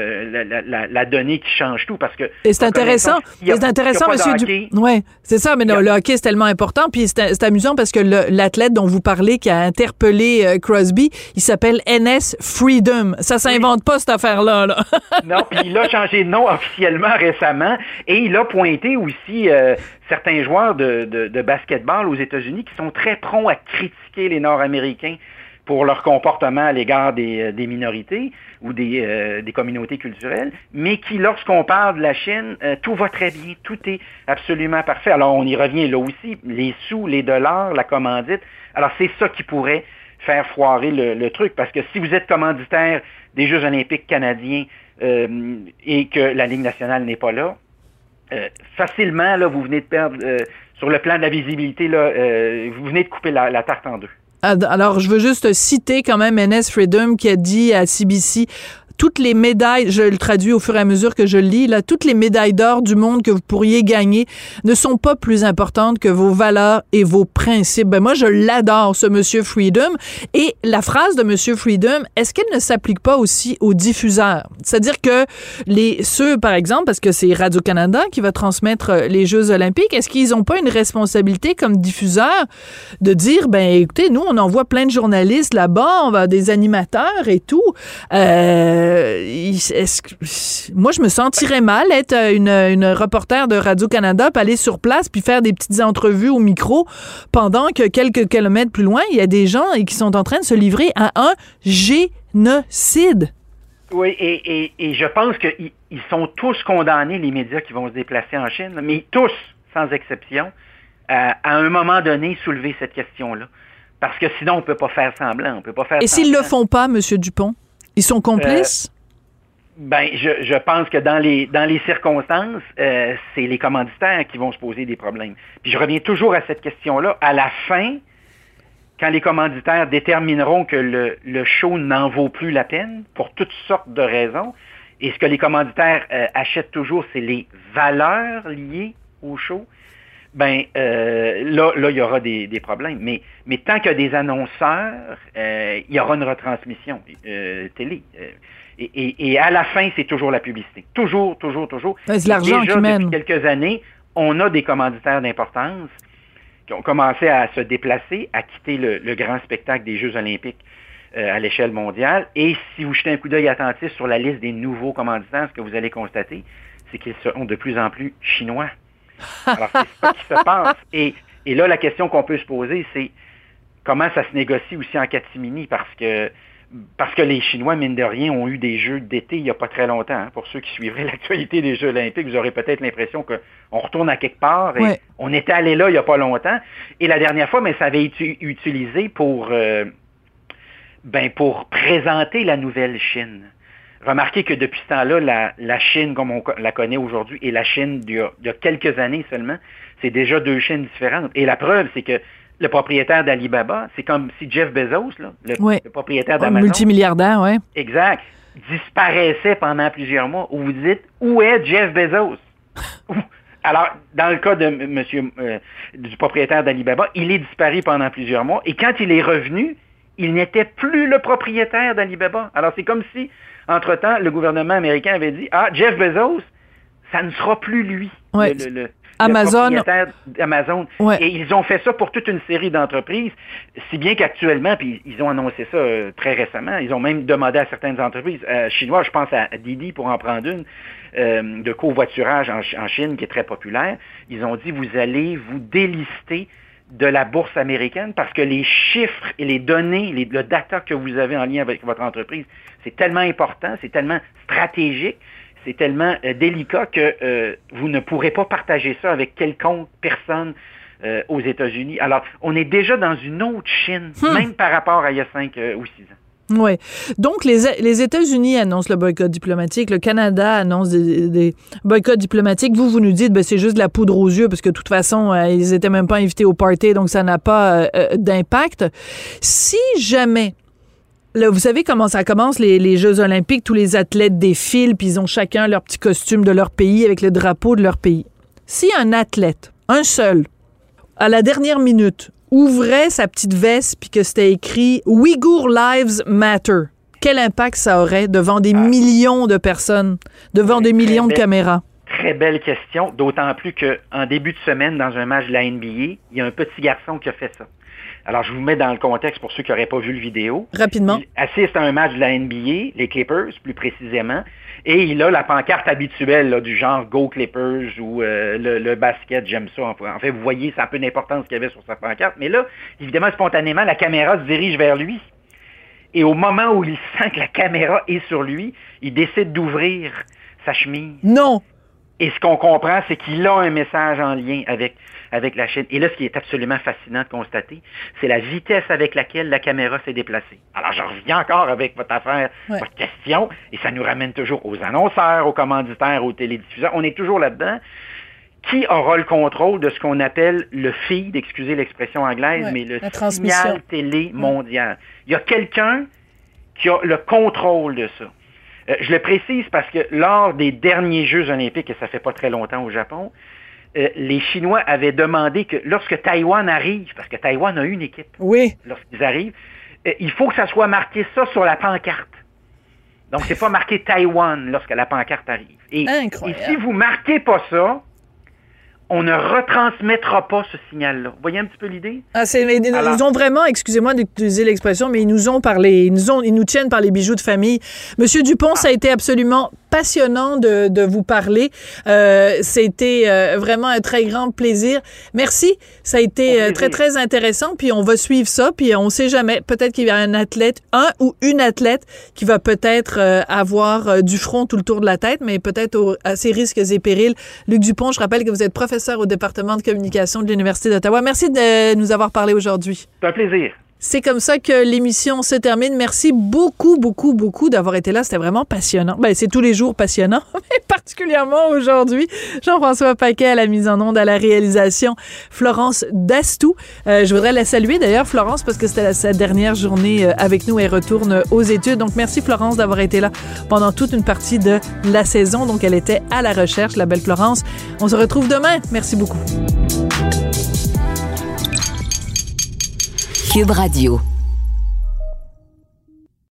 K: la donnée qui change tout, parce que...
E: Et c'est intéressant, monsieur Ouais, c'est ça, mais le hockey, c'est tellement important, puis c'est amusant parce que l'athlète dont vous parlez qui a interpellé Crosby, il s'appelle NS Freedom. Ça s'invente pas, cette affaire-là. Là.
K: Non, puis il a changé de nom officiellement récemment, et il a pointé aussi certains joueurs de basketball aux États-Unis qui sont très prompts à critiquer les Nord-Américains pour leur comportement à l'égard des minorités ou des communautés culturelles, mais qui, lorsqu'on parle de la Chine, tout va très bien, tout est absolument parfait. Alors, on y revient là aussi, les sous, les dollars, la commandite. Alors, c'est ça qui pourrait faire foirer le truc, parce que si vous êtes commanditaire des Jeux olympiques canadiens et que la Ligue nationale n'est pas là, facilement, là, vous venez de perdre, sur le plan de la visibilité, là, vous venez de couper la tarte en deux.
E: Alors, je veux juste citer quand même NS Freedom qui a dit à CBC toutes les médailles, je le traduis au fur et à mesure que je le lis, là, toutes les médailles d'or du monde que vous pourriez gagner ne sont pas plus importantes que vos valeurs et vos principes. Ben moi, je l'adore, ce Monsieur Freedom. Et la phrase de Monsieur Freedom, est-ce qu'elle ne s'applique pas aussi aux diffuseurs? C'est-à-dire que ceux, par exemple, parce que c'est Radio-Canada qui va transmettre les Jeux olympiques, est-ce qu'ils n'ont pas une responsabilité comme diffuseurs de dire, ben écoutez, nous, on envoie plein de journalistes là-bas, on va des animateurs et tout. Moi, je me sentirais mal être une reporter de Radio-Canada, puis aller sur place, puis faire des petites entrevues au micro, pendant que quelques kilomètres plus loin, il y a des gens qui sont en train de se livrer à un génocide.
K: Oui, et je pense qu'ils sont tous condamnés, les médias qui vont se déplacer en Chine, mais tous, sans exception, à un moment donné, soulever cette question-là. Parce que sinon, on ne peut pas faire semblant.
E: Et s'ils ne le font pas, M. Dupont? Ils sont complices?
K: Je pense que dans les circonstances, c'est les commanditaires qui vont se poser des problèmes. Puis je reviens toujours à cette question-là. À la fin, quand les commanditaires détermineront que le show n'en vaut plus la peine, pour toutes sortes de raisons, et ce que les commanditaires achètent toujours, c'est les valeurs liées au show, là, il y aura des problèmes. Mais tant qu'il y a des annonceurs, il y aura une retransmission télé. Et à la fin, c'est toujours la publicité. Toujours.
E: C'est l'argent qui mène.
K: Depuis quelques années, on a des commanditaires d'importance qui ont commencé à se déplacer, à quitter le grand spectacle des Jeux olympiques à l'échelle mondiale. Et si vous jetez un coup d'œil attentif sur la liste des nouveaux commanditaires, ce que vous allez constater, c'est qu'ils seront de plus en plus chinois. Alors, c'est ça qui se passe. Et là, la question qu'on peut se poser, c'est comment ça se négocie aussi en catimini, parce que les Chinois, mine de rien, ont eu des Jeux d'été il n'y a pas très longtemps. Hein. Pour ceux qui suivraient l'actualité des Jeux olympiques, vous aurez peut-être l'impression qu'on retourne à quelque part. Et on était allé là il n'y a pas longtemps. Et la dernière fois, ça avait été utilisé pour présenter la nouvelle Chine. Remarquez que depuis ce temps-là, la Chine, comme on la connaît aujourd'hui, et la Chine d'il y a quelques années seulement, c'est déjà deux Chines différentes. Et la preuve, c'est que le propriétaire d'Alibaba, c'est comme si Jeff Bezos, là, le propriétaire d'Amazon,
E: multimilliardaire, oui.
K: Exact, disparaissait pendant plusieurs mois. Où vous dites, où est Jeff Bezos? Alors, dans le cas de du propriétaire d'Alibaba, il est disparu pendant plusieurs mois. Et quand il est revenu, il n'était plus le propriétaire d'Alibaba. Alors, c'est comme si, entre-temps, le gouvernement américain avait dit, Jeff Bezos, ça ne sera plus lui.
E: Ouais.
K: Amazon. Le propriétaire d'Amazon.
E: Ouais.
K: Et ils ont fait ça pour toute une série d'entreprises, si bien qu'actuellement, puis ils ont annoncé ça très récemment, ils ont même demandé à certaines entreprises chinoises, je pense à Didi pour en prendre une, de covoiturage en Chine qui est très populaire, ils ont dit, vous allez vous délister de la bourse américaine parce que les chiffres et les données, le data que vous avez en lien avec votre entreprise, c'est tellement important, c'est tellement stratégique, c'est tellement délicat que vous ne pourrez pas partager ça avec quelconque personne aux États-Unis. Alors, on est déjà dans une autre Chine, même par rapport à il y a 5 ou 6 ans.
E: Oui. Donc, les États-Unis annoncent le boycott diplomatique, le Canada annonce des boycotts diplomatiques. Vous nous dites, c'est juste de la poudre aux yeux parce que de toute façon, ils n'étaient même pas invités au party, donc ça n'a pas d'impact. Si jamais... Là, vous savez comment ça commence, les Jeux olympiques, tous les athlètes défilent, puis ils ont chacun leur petit costume de leur pays avec le drapeau de leur pays. Si un athlète, un seul, à la dernière minute, ouvrait sa petite veste puis que c'était écrit « Uyghur Lives Matter », quel impact ça aurait devant des millions de personnes, devant des millions de caméras?
K: Très belle question, d'autant plus qu'en début de semaine, dans un match de la NBA, il y a un petit garçon qui a fait ça. Alors, je vous mets dans le contexte pour ceux qui n'auraient pas vu le vidéo.
E: Rapidement.
K: Il assiste à un match de la NBA, les Clippers plus précisément, et il a la pancarte habituelle là, du genre « Go Clippers » ou le basket, j'aime ça. En fait, vous voyez, ça a peu d'importance qu'il y avait sur sa pancarte. Mais là, évidemment, spontanément, la caméra se dirige vers lui. Et au moment où il sent que la caméra est sur lui, il décide d'ouvrir sa chemise.
E: Non!
K: Et ce qu'on comprend, c'est qu'il a un message en lien avec la Chine. Et là, ce qui est absolument fascinant de constater, c'est la vitesse avec laquelle la caméra s'est déplacée. Alors, je reviens encore avec votre affaire, votre question, et ça nous ramène toujours aux annonceurs, aux commanditaires, aux télédiffuseurs. On est toujours là-dedans. Qui aura le contrôle de ce qu'on appelle le feed, excusez l'expression anglaise, mais le signal télé mondial? Il y a quelqu'un qui a le contrôle de ça. Je le précise parce que lors des derniers Jeux olympiques, et ça fait pas très longtemps au Japon, les Chinois avaient demandé que lorsque Taïwan arrive, parce que Taïwan a une équipe, lorsqu'ils arrivent, il faut que ça soit marqué ça sur la pancarte. Donc, c'est pas marqué Taïwan lorsque la pancarte arrive. Et si vous marquez pas ça, on ne retransmettra pas ce signal-là. Vous voyez un petit peu l'idée?
E: Ils ont vraiment, excusez-moi d'utiliser l'expression, mais ils nous ont parlé, ils nous tiennent par les bijoux de famille. Monsieur Dupont, ça a été absolument passionnant de vous parler. C'était vraiment un très grand plaisir. Merci. Ça a été très, très intéressant. Puis on va suivre ça. Puis on sait jamais. Peut-être qu'il y a un athlète, un ou une athlète qui va peut-être avoir du front tout le tour de la tête, mais peut-être à ses risques et périls. Luc Dupont, je rappelle que vous êtes professeur au département de communication de l'Université d'Ottawa. Merci de nous avoir parlé aujourd'hui.
K: C'est un plaisir.
E: C'est comme ça que l'émission se termine. Merci beaucoup, beaucoup, beaucoup d'avoir été là. C'était vraiment passionnant. C'est tous les jours passionnant, mais particulièrement aujourd'hui. Jean-François Paquet à la mise en onde, à la réalisation. Florence Dastou. Je voudrais la saluer d'ailleurs, Florence, parce que c'était sa dernière journée avec nous. Elle retourne aux études. Donc, merci Florence d'avoir été là pendant toute une partie de la saison. Donc, elle était à la recherche, la belle Florence. On se retrouve demain. Merci beaucoup.
A: Cube Radio.